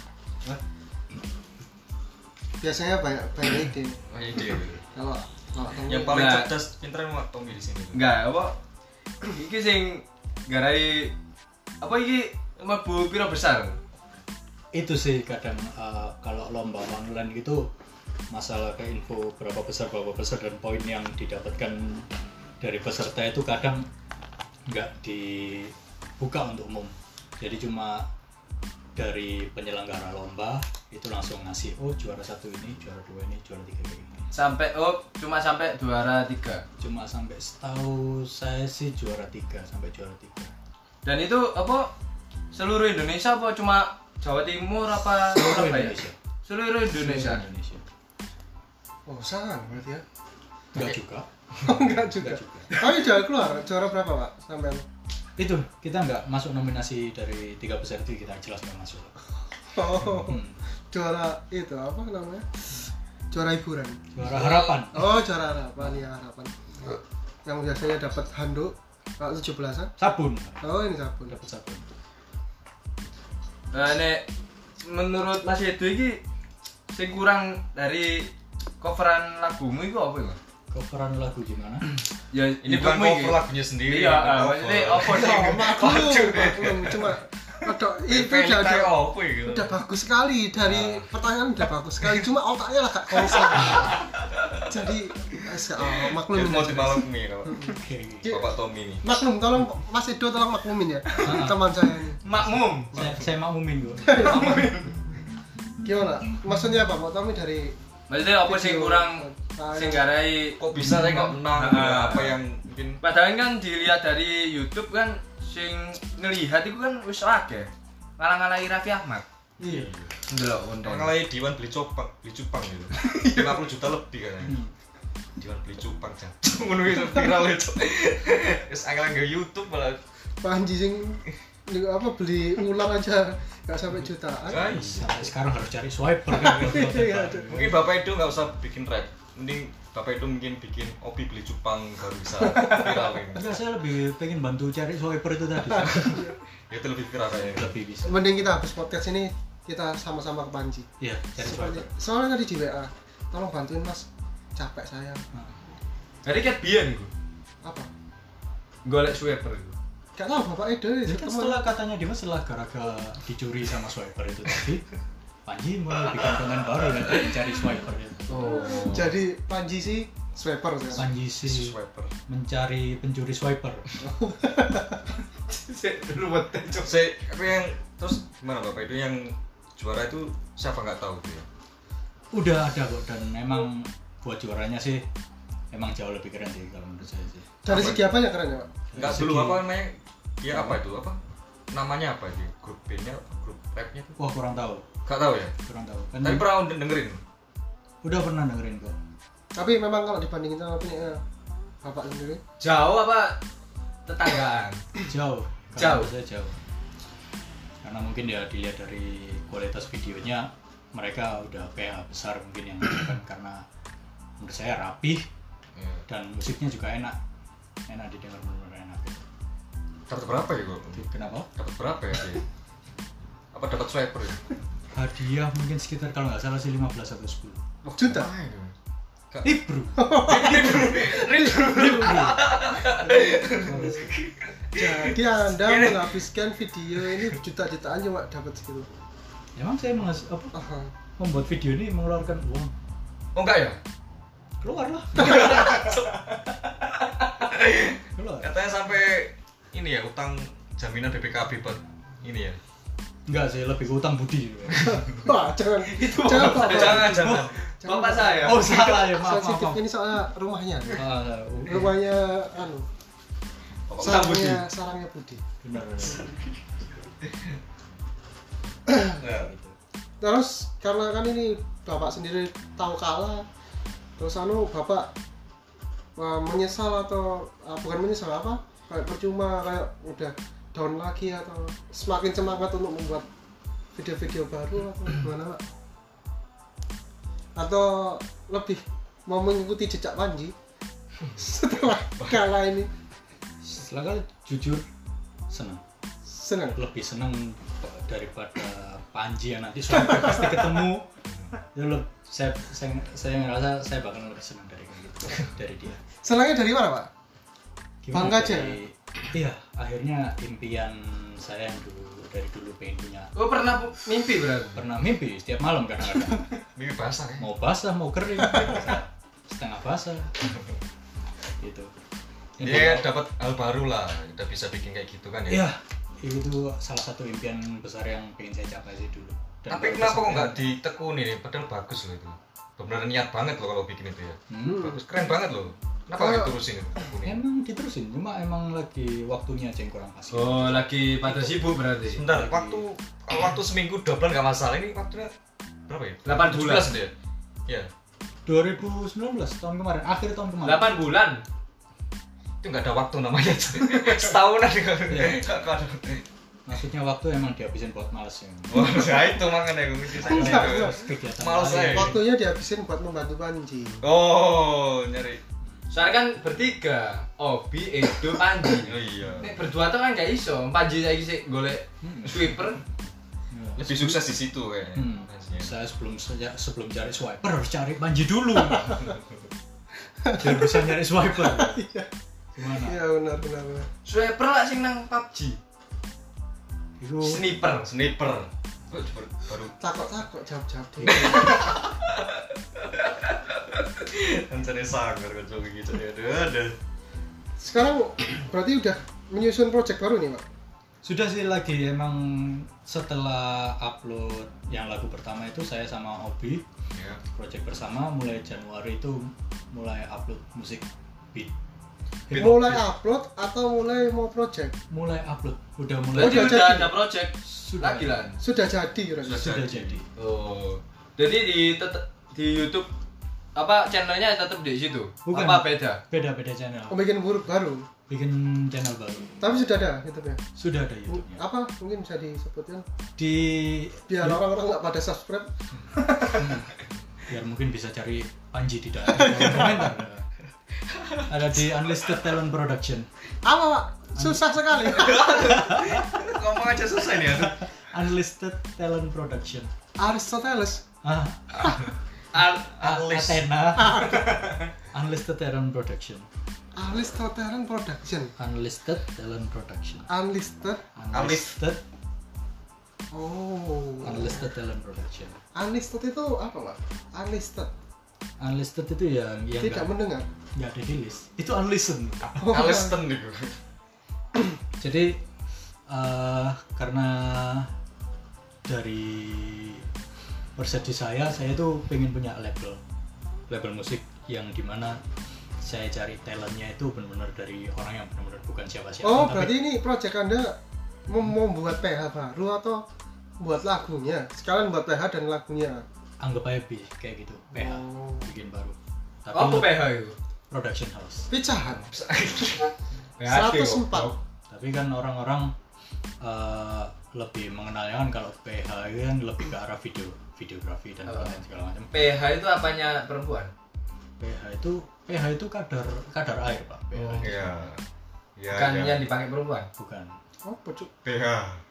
[SPEAKER 1] Biasanya banyak ide.
[SPEAKER 3] Oh ide.
[SPEAKER 1] Kalau Tommy.
[SPEAKER 3] Yang paling
[SPEAKER 4] Nah.
[SPEAKER 3] cerdas pintar emang Tommy di sini.
[SPEAKER 4] Enggak, apa? Iki sing garai apa iki mlebu piro besar?
[SPEAKER 2] Itu sih kadang kalau lomba online gitu masalah ke info berapa besar dan poin yang didapatkan dari peserta itu kadang nggak dibuka untuk umum. Jadi cuma dari penyelenggara lomba itu langsung ngasih juara 1 ini, juara 2 ini, juara 3 ini.
[SPEAKER 4] Cuma sampai juara 3.
[SPEAKER 2] Cuma sampai setahu saya sih juara 3 sampai juara 3.
[SPEAKER 4] Dan itu apa seluruh Indonesia apa cuma Jawa Timur apa
[SPEAKER 2] Seluruh
[SPEAKER 4] Surabaya?
[SPEAKER 2] Indonesia.
[SPEAKER 4] Seluruh Indonesia.
[SPEAKER 2] Seluruh Indonesia.
[SPEAKER 1] Oh, sangat berarti ya.
[SPEAKER 2] Enggak juga.
[SPEAKER 1] Enggak juga.
[SPEAKER 2] Enggak juga.
[SPEAKER 1] Tapi udah keluar juara berapa, Pak? Sampai
[SPEAKER 2] Itu kita nggak masuk nominasi dari 3 besar itu, kita jelas nggak masuk.
[SPEAKER 1] Oh, juara itu apa namanya? Juara hiburan.
[SPEAKER 2] Juara harapan.
[SPEAKER 1] Oh, juara harapan ya, harapan. Yang biasanya dapat handuk kalau 17-an.
[SPEAKER 2] Sabun.
[SPEAKER 1] Oh, ini sabun.
[SPEAKER 2] Dapat sabun.
[SPEAKER 4] Nah, nek menurut Mas Edo iki sing kurang dari coveran lagumu itu apa ya?
[SPEAKER 2] Coveran lagu gimana?
[SPEAKER 4] Ya
[SPEAKER 3] Ini bukan cover lagunya sendiri.
[SPEAKER 4] Iya,
[SPEAKER 3] cover.
[SPEAKER 4] maksudnya apa sih?
[SPEAKER 1] Maklum, cuma itu
[SPEAKER 3] gitu.
[SPEAKER 1] udah bagus sekali dari pertanyaan udah bagus sekali, cuma otaknya lah gak konsep. Jadi maklum
[SPEAKER 3] Mau dimaklumi kalau
[SPEAKER 2] Oke.
[SPEAKER 3] Bapak Tommy ini.
[SPEAKER 1] maklum, tolong Mas Edo tolong maklumin ya teman saya ini.
[SPEAKER 4] Makmum.
[SPEAKER 2] Saya makmumin kok.
[SPEAKER 1] Gimana? Maksudnya apa? Mau Tommy dari
[SPEAKER 4] Maksudnya apa sih kurang sing garai
[SPEAKER 3] Kok bisa saya nggak menang? Apa yang mungkin
[SPEAKER 4] padahal kan dilihat dari YouTube kan sing ngelihat itu kan wis akeh. Ngalang-ngalangi Raffi Ahmad.
[SPEAKER 1] Iya.
[SPEAKER 4] Ndelok konten.
[SPEAKER 3] ngalahin Diwan beli cupang gitu. 50 juta lebih katanya. Diwan beli cupang jan. Ngono itu viral itu. Wis angel nge YouTube malah.
[SPEAKER 1] Panji sing apa beli ulang aja nggak sampai jutaan.
[SPEAKER 3] Guys,
[SPEAKER 2] Sampai sekarang harus cari swiper kan.
[SPEAKER 1] Iya,
[SPEAKER 3] mungkin Bapak itu nggak usah bikin rap. Mending Bapak itu mungkin bikin Opi beli cupang baru bisa viral ini.
[SPEAKER 2] Enggak, saya lebih pengen bantu cari swiper itu tadi.
[SPEAKER 3] Itu lebih viral kayaknya.
[SPEAKER 2] Lebih bisa.
[SPEAKER 1] Mending kita habis podcast ini kita sama-sama ke Panji.
[SPEAKER 2] Iya, cari swiper.
[SPEAKER 1] Soalnya tadi di WA, tolong bantuin Mas, capek saya.
[SPEAKER 4] Jadi ket biyen iku.
[SPEAKER 1] Apa?
[SPEAKER 4] Golek swiper iku.
[SPEAKER 1] Gak tahu Bapak Edo
[SPEAKER 2] Jadi kan setelah katanya Dimas setelah gara-gara dicuri sama swiper itu tadi, Panji mulai bikin konten baru nanti mencari swiper itu.
[SPEAKER 1] Oh. Jadi Panji sih swiper ya.
[SPEAKER 2] Panji si
[SPEAKER 3] Swiper.
[SPEAKER 2] mencari pencuri swiper.
[SPEAKER 4] Ruwet cok.
[SPEAKER 3] Apa yang terus gimana Bapak itu yang juara itu siapa nggak tahu tuh ya?
[SPEAKER 2] Udah ada kok, dan memang buat juaranya sih emang jauh lebih keren sih kalau menurut saya sih.
[SPEAKER 1] Dari segi apanya keren ya, Pak?
[SPEAKER 3] Enggak dulu apa namanya? Ya apa itu apa? Namanya apa sih? Grup bandnya, grup rapnya tuh?
[SPEAKER 2] Wah, kurang tahu.
[SPEAKER 3] Gak tahu ya?
[SPEAKER 2] Kurang tahu. Kan
[SPEAKER 3] Tapi pernah dengerin?
[SPEAKER 2] udah pernah dengerin kok.
[SPEAKER 1] Tapi memang kalau dibandingin sama punya Bapak sendiri,
[SPEAKER 4] Jauh apa tetanggaan?
[SPEAKER 2] Jauh.
[SPEAKER 4] Jauh.
[SPEAKER 2] Kalau menurut saya jauh. Karena mungkin ya dilihat dari kualitas videonya, mereka udah PH besar mungkin yang kan, karena menurut saya rapih
[SPEAKER 3] Ya.
[SPEAKER 2] dan musiknya juga enak didengar, benar-benar enak gitu.
[SPEAKER 3] Dapat berapa ya kok?
[SPEAKER 2] Kenapa?
[SPEAKER 3] Dapat berapa ya sih? Apa dapat swiper ya?
[SPEAKER 2] Hadiah mungkin sekitar kalau nggak salah sih 15 atau 10.
[SPEAKER 1] juta.
[SPEAKER 3] Wah, itu.
[SPEAKER 2] Libru.
[SPEAKER 1] Jadi Anda menghabiskan video ini juta-jutaan cuma dapat segitu.
[SPEAKER 2] Emang saya membuat video ini mengeluarkan uang.
[SPEAKER 3] Oh enggak ya?
[SPEAKER 2] Keluar lah. Keluar.
[SPEAKER 3] Katanya sampai ini ya utang jaminan BPKB buat ini ya.
[SPEAKER 2] Enggak sih, lebih ke utang budi.
[SPEAKER 1] Wah, jangan. Jangan, Pak.
[SPEAKER 3] Jangan.
[SPEAKER 4] Bapak saya.
[SPEAKER 2] Oh, salah ya, maaf.
[SPEAKER 1] Sensitif ini soalnya rumahnya.
[SPEAKER 2] Ah,
[SPEAKER 1] Rumahnya
[SPEAKER 3] Utang budi.
[SPEAKER 1] sarangnya Budi.
[SPEAKER 2] benar.
[SPEAKER 3] Nah,
[SPEAKER 1] Terus karena kan ini Bapak sendiri tahu kalah, terus Bapak menyesal atau bukan menyesal apa? Kayak percuma, kayak udah down lagi atau semakin semangat untuk membuat video-video baru atau gimana, Pak? Atau lebih mau mengikuti jejak Panji setelah kalah ini?
[SPEAKER 2] Setelah kali jujur senang. Lebih senang daripada Panji yang nanti suatu pasti ketemu. Saya ngerasa saya bakal lebih senang dari gitu, dari dia.
[SPEAKER 1] Senangnya dari mana, Pak?
[SPEAKER 2] Gimana
[SPEAKER 1] Bangga aja.
[SPEAKER 2] Iya, akhirnya impian saya yang dari dulu pengen punya.
[SPEAKER 4] Oh, pernah mimpi berarti?
[SPEAKER 2] Pernah mimpi setiap malam kadang-kadang.
[SPEAKER 3] mimpi basah ya.
[SPEAKER 2] Mau basah, mau kering, setengah basah. Gitu.
[SPEAKER 3] Dia dapat hal baru lah, udah bisa bikin kayak gitu kan ya.
[SPEAKER 2] Iya, itu salah satu impian besar yang pengen saya capai sih dulu. Dan
[SPEAKER 3] Tapi kenapa kok nggak ditekuni nih? Padahal bagus loh itu. Benar niat banget loh kalau bikin itu ya. Bagus, keren banget loh. Kenapa nggak diterusin itu?
[SPEAKER 2] Emang diterusin, cuma emang lagi waktunya aja yang kurang pas.
[SPEAKER 4] Oh, lagi pada sibuk berarti.
[SPEAKER 3] Sebentar, waktu seminggu double nggak masalah. Ini waktunya berapa ya?
[SPEAKER 4] 8 bulan.
[SPEAKER 3] 17 dia. Iya.
[SPEAKER 2] 2019 tahun kemarin, akhir tahun kemarin.
[SPEAKER 4] 8 bulan.
[SPEAKER 3] Itu nggak ada waktu namanya. Setahunan kan.
[SPEAKER 2] Maksudnya waktu emang dihabisin buat males ya.
[SPEAKER 3] Oh, ya itu makanya gue mikir
[SPEAKER 2] Kegiatan
[SPEAKER 3] males
[SPEAKER 2] lain.
[SPEAKER 3] aja.
[SPEAKER 1] Waktunya dihabisin buat membantu Panji.
[SPEAKER 3] Oh, nyari.
[SPEAKER 4] Soalnya kan bertiga, Obi, Edo, Panji.
[SPEAKER 3] Oh iya.
[SPEAKER 4] Nek berdua tuh kan gak iso. Panji saiki sik golek sweeper.
[SPEAKER 3] Lebih sukses di situ kayaknya.
[SPEAKER 2] Saya sebelum cari swiper harus cari Panji dulu. Biar bisa nyari swiper. Gimana?
[SPEAKER 1] Iya benar.
[SPEAKER 4] Sweeper lah sing nang PUBG.
[SPEAKER 2] Itu
[SPEAKER 4] Sniper.
[SPEAKER 3] Oh, baru
[SPEAKER 1] Takut jawab deh.
[SPEAKER 3] rencana sangar kan coba gitu ya. Ada.
[SPEAKER 1] Sekarang berarti udah menyusun project baru nih, Pak?
[SPEAKER 2] sudah sih lagi emang setelah upload yang lagu pertama itu saya sama Obi
[SPEAKER 3] Ya.
[SPEAKER 2] project bersama mulai Januari itu mulai upload musik beat.
[SPEAKER 1] Mulai upload atau mulai mau project?
[SPEAKER 2] Mulai upload, udah
[SPEAKER 4] Oh,
[SPEAKER 2] mulai
[SPEAKER 4] dia
[SPEAKER 1] Udah
[SPEAKER 4] udah
[SPEAKER 1] jadi.
[SPEAKER 4] ada project
[SPEAKER 2] Sudah.
[SPEAKER 4] lagi lah.
[SPEAKER 1] Sudah jadi kan?
[SPEAKER 2] sudah jadi.
[SPEAKER 4] Oh. Jadi di YouTube apa channelnya tetap di situ?
[SPEAKER 2] Bukan.
[SPEAKER 4] Apa beda?
[SPEAKER 2] Beda channel,
[SPEAKER 1] Oh, bikin buruk baru.
[SPEAKER 2] bikin channel baru.
[SPEAKER 1] Tapi sudah ada YouTube-nya.
[SPEAKER 2] Sudah ada YouTube-nya.
[SPEAKER 1] Apa mungkin bisa disebutkan
[SPEAKER 2] Di
[SPEAKER 1] biar orang-orang nggak pada subscribe.
[SPEAKER 2] biar mungkin bisa cari Panji di dalam komentar. Ada di Unlisted Talent Production.
[SPEAKER 1] Apa, Pak? Susah sekali.
[SPEAKER 3] Ngomong aja susah nih ya.
[SPEAKER 2] Unlisted Talent Production.
[SPEAKER 1] Aristoteles.
[SPEAKER 2] Athena. Unlisted Talent Production.
[SPEAKER 1] Aristoteles Production.
[SPEAKER 2] Unlisted Talent Production.
[SPEAKER 1] Unlisted.
[SPEAKER 2] Unlisted.
[SPEAKER 1] Oh.
[SPEAKER 2] Unlisted Talent Production.
[SPEAKER 1] Unlisted itu apa, Pak? Unlisted.
[SPEAKER 2] Unlisted itu yang
[SPEAKER 1] Tidak mendengar.
[SPEAKER 2] nggak ada di list. Itu unlistened.
[SPEAKER 3] Alisten nih.
[SPEAKER 2] Jadi karena dari persepsi saya tuh pengen punya label musik yang dimana saya cari talentnya itu benar-benar dari orang yang benar-benar bukan siapa-siapa.
[SPEAKER 1] Oh,
[SPEAKER 2] tapi
[SPEAKER 1] berarti ini project Anda membuat PH baru atau buat lagunya? Sekalian buat PH dan lagunya.
[SPEAKER 2] anggap aja kayak gitu, PH
[SPEAKER 1] Oh.
[SPEAKER 2] bikin baru. Tapi
[SPEAKER 4] Apa PH itu?
[SPEAKER 2] production house.
[SPEAKER 1] Pecahan.
[SPEAKER 4] PHD
[SPEAKER 1] 104.
[SPEAKER 4] kok.
[SPEAKER 2] Tapi kan orang-orang lebih mengenalnya kan kalau PH itu kan lebih ke arah videografi dan konten segala macam.
[SPEAKER 4] PH itu apanya perempuan?
[SPEAKER 2] PH itu kadar air, Pak. PH
[SPEAKER 4] Oh.
[SPEAKER 2] itu.
[SPEAKER 3] Iya. Ya,
[SPEAKER 4] Bukan
[SPEAKER 3] ya.
[SPEAKER 4] yang dipakai perempuan.
[SPEAKER 2] Bukan.
[SPEAKER 1] Oh, pocok.
[SPEAKER 3] PH.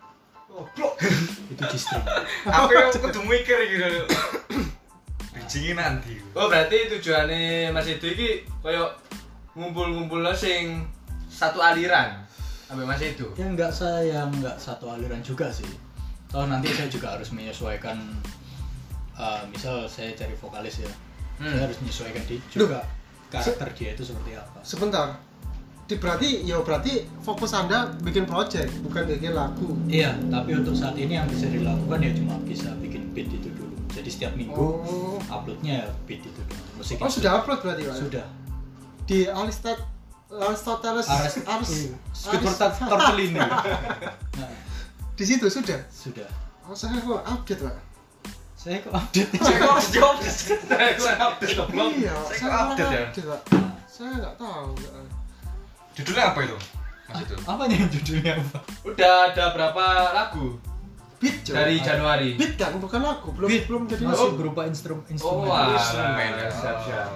[SPEAKER 2] Itu G-string.
[SPEAKER 3] Apa yang kudu mikir gitu. Bijingin nanti.
[SPEAKER 4] Oh, berarti tujuannya Mas Edo iki koyo ngumpul-ngumpul sing satu aliran sampai Mas Edo.
[SPEAKER 2] Ya nggak satu aliran juga sih. Toh nanti saya juga harus menyesuaikan. Misal saya cari vokalis ya, saya harus menyesuaikan juga karakter dia itu seperti apa.
[SPEAKER 1] Sebentar. Berarti fokus Anda bikin project, bukan bikin lagu.
[SPEAKER 2] Iya, tapi untuk saat ini yang bisa dilakukan ya cuma bisa bikin beat itu dulu. Jadi setiap minggu
[SPEAKER 1] Oh.
[SPEAKER 2] uploadnya beat itu dulu. Musik
[SPEAKER 1] Oh,
[SPEAKER 2] itu.
[SPEAKER 1] sudah upload berarti, Pak?
[SPEAKER 2] Sudah.
[SPEAKER 1] Di Aristoteles.
[SPEAKER 2] Squidward Tortellini. Nah,
[SPEAKER 1] Di situ sudah.
[SPEAKER 2] sudah.
[SPEAKER 1] Oh, saya kok update, Pak.
[SPEAKER 2] Saya kok update.
[SPEAKER 3] Saya kok harus jawab.
[SPEAKER 4] Saya kurang update goblok.
[SPEAKER 1] Iya,
[SPEAKER 3] Saya
[SPEAKER 1] saya
[SPEAKER 3] kok update ya?
[SPEAKER 1] update, Pak. Saya nggak tahu.
[SPEAKER 3] Judulnya apa itu? Mas itu.
[SPEAKER 2] Apanya yang judulnya apa?
[SPEAKER 4] Udah ada berapa lagu
[SPEAKER 1] Beat, Cok.
[SPEAKER 4] dari Januari?
[SPEAKER 1] Beat kan, bukan lagu. Belum jadi
[SPEAKER 2] Masih
[SPEAKER 1] lagu.
[SPEAKER 2] berupa instrumen.
[SPEAKER 4] Oh, wah.
[SPEAKER 3] Instrumen ya.
[SPEAKER 4] Siap-siap.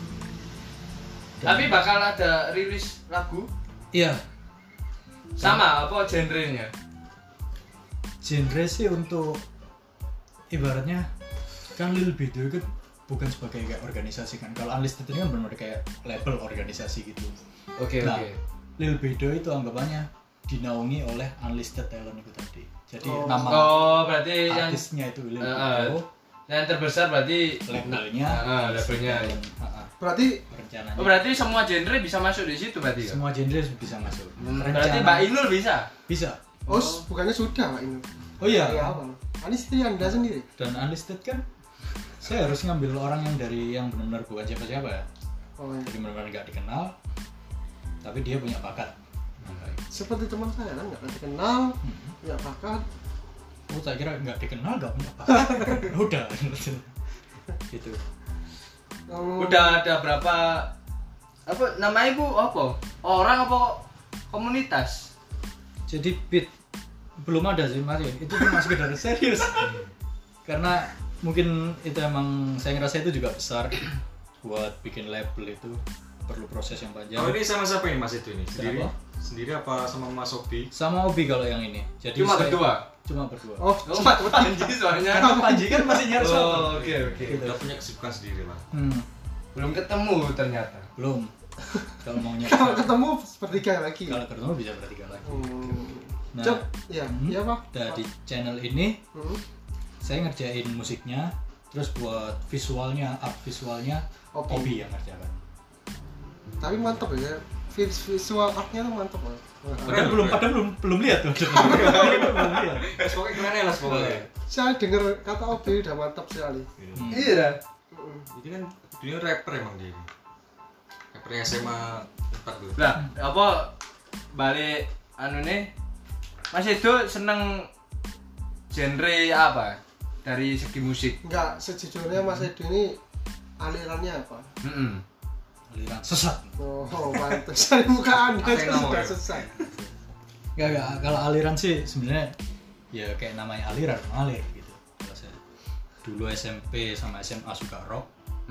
[SPEAKER 4] Tapi bakal ada rilis lagu
[SPEAKER 2] Iya.
[SPEAKER 4] sama apa genrenya?
[SPEAKER 2] Genre sih untuk ibaratnya kan Lil Bedo itu bukan sebagai kayak organisasi kan. Kalau Unlisted ini kan benar-benar kayak label organisasi gitu.
[SPEAKER 4] Oke,
[SPEAKER 2] Nah,
[SPEAKER 4] oke.
[SPEAKER 2] Lil Bedo itu anggapannya dinaungi oleh Unlisted Talent itu tadi. Jadi
[SPEAKER 1] Oh.
[SPEAKER 2] nama
[SPEAKER 4] Oh, berarti yang
[SPEAKER 2] artisnya itu Lil Bedo,
[SPEAKER 4] yang terbesar berarti
[SPEAKER 2] labelnya,
[SPEAKER 4] labelnya.
[SPEAKER 1] Berarti
[SPEAKER 2] rencananya.
[SPEAKER 4] Oh, berarti semua genre bisa masuk di situ berarti ya?
[SPEAKER 2] Semua genre bisa masuk.
[SPEAKER 4] Berarti Mbak Inul bisa?
[SPEAKER 2] bisa.
[SPEAKER 1] bukannya sudah, Pak, ini.
[SPEAKER 2] Oh iya.
[SPEAKER 1] Dari awal. Ini istri Anda sendiri.
[SPEAKER 2] Dan Unlisted kan saya harus ngambil orang yang yang benar-benar bukan siapa-siapa ya.
[SPEAKER 1] Oh, iya.
[SPEAKER 2] Jadi benar-benar nggak dikenal, tapi dia punya bakat.
[SPEAKER 1] Seperti teman saya kan, nggak dikenal, nggak bakat.
[SPEAKER 2] Oh, saya kira nggak dikenal nggak punya bakat. Udah, gitu.
[SPEAKER 1] Oh,
[SPEAKER 4] Udah ada berapa apa nama ibu apa? orang apa komunitas?
[SPEAKER 2] Jadi beat belum ada sih Mas, itu cuma sekedar serius. Karena mungkin itu emang saya ngerasa itu juga besar buat bikin label itu perlu proses yang panjang.
[SPEAKER 3] Kalau ini sama siapa ini Mas itu ini? Sendiri?
[SPEAKER 2] Siapa?
[SPEAKER 3] Sendiri apa sama Mas Obi?
[SPEAKER 2] Sama Obi kalau yang ini. Jadi
[SPEAKER 4] Cuma
[SPEAKER 2] saya-
[SPEAKER 4] berdua.
[SPEAKER 2] Cuma berdua.
[SPEAKER 1] Oh,
[SPEAKER 4] Mas Panji soalnya.
[SPEAKER 2] Karena Panji kan masih nyari suatu.
[SPEAKER 4] Oh, oke.
[SPEAKER 3] Udah punya kesibukan sendiri lah.
[SPEAKER 4] Belum ketemu ternyata.
[SPEAKER 2] Belum. Kalau mau
[SPEAKER 1] kalau
[SPEAKER 2] nyari.
[SPEAKER 1] ketemu bertiga lagi.
[SPEAKER 2] Kalau ketemu bisa bertiga lagi. Nah,
[SPEAKER 1] Cok, ya, iya Pak.
[SPEAKER 2] Dari channel ini
[SPEAKER 1] Hmm.
[SPEAKER 2] saya ngerjain musiknya, terus buat visualnya, art visualnya
[SPEAKER 1] Obi.
[SPEAKER 2] Obi yang ngerjakan.
[SPEAKER 1] Tapi mantep ya, visual artnya tuh mantep Pak.
[SPEAKER 2] Padahal belum lihat tuh. Belum lihat.
[SPEAKER 3] Pokoknya keren ya lah pokoknya.
[SPEAKER 1] Saya dengar kata Obi udah mantap sekali.
[SPEAKER 4] Iya.
[SPEAKER 3] Jadi kan dia rapper emang dia ini. Rapper SMA 4 dulu.
[SPEAKER 4] Lah, apa balik anu nih? Mas Edo seneng genre apa? Dari segi musik.
[SPEAKER 1] Enggak, sejujurnya Mas Edo ini alirannya apa?
[SPEAKER 2] Aliran sesat.
[SPEAKER 1] Oh, pantas dari muka Anda
[SPEAKER 3] Apa yang
[SPEAKER 1] sudah
[SPEAKER 3] namanya?
[SPEAKER 1] sesat.
[SPEAKER 2] Enggak, kalau aliran sih sebenarnya ya kayak namanya aliran, mengalir gitu. Kalau saya dulu SMP sama SMA suka rock,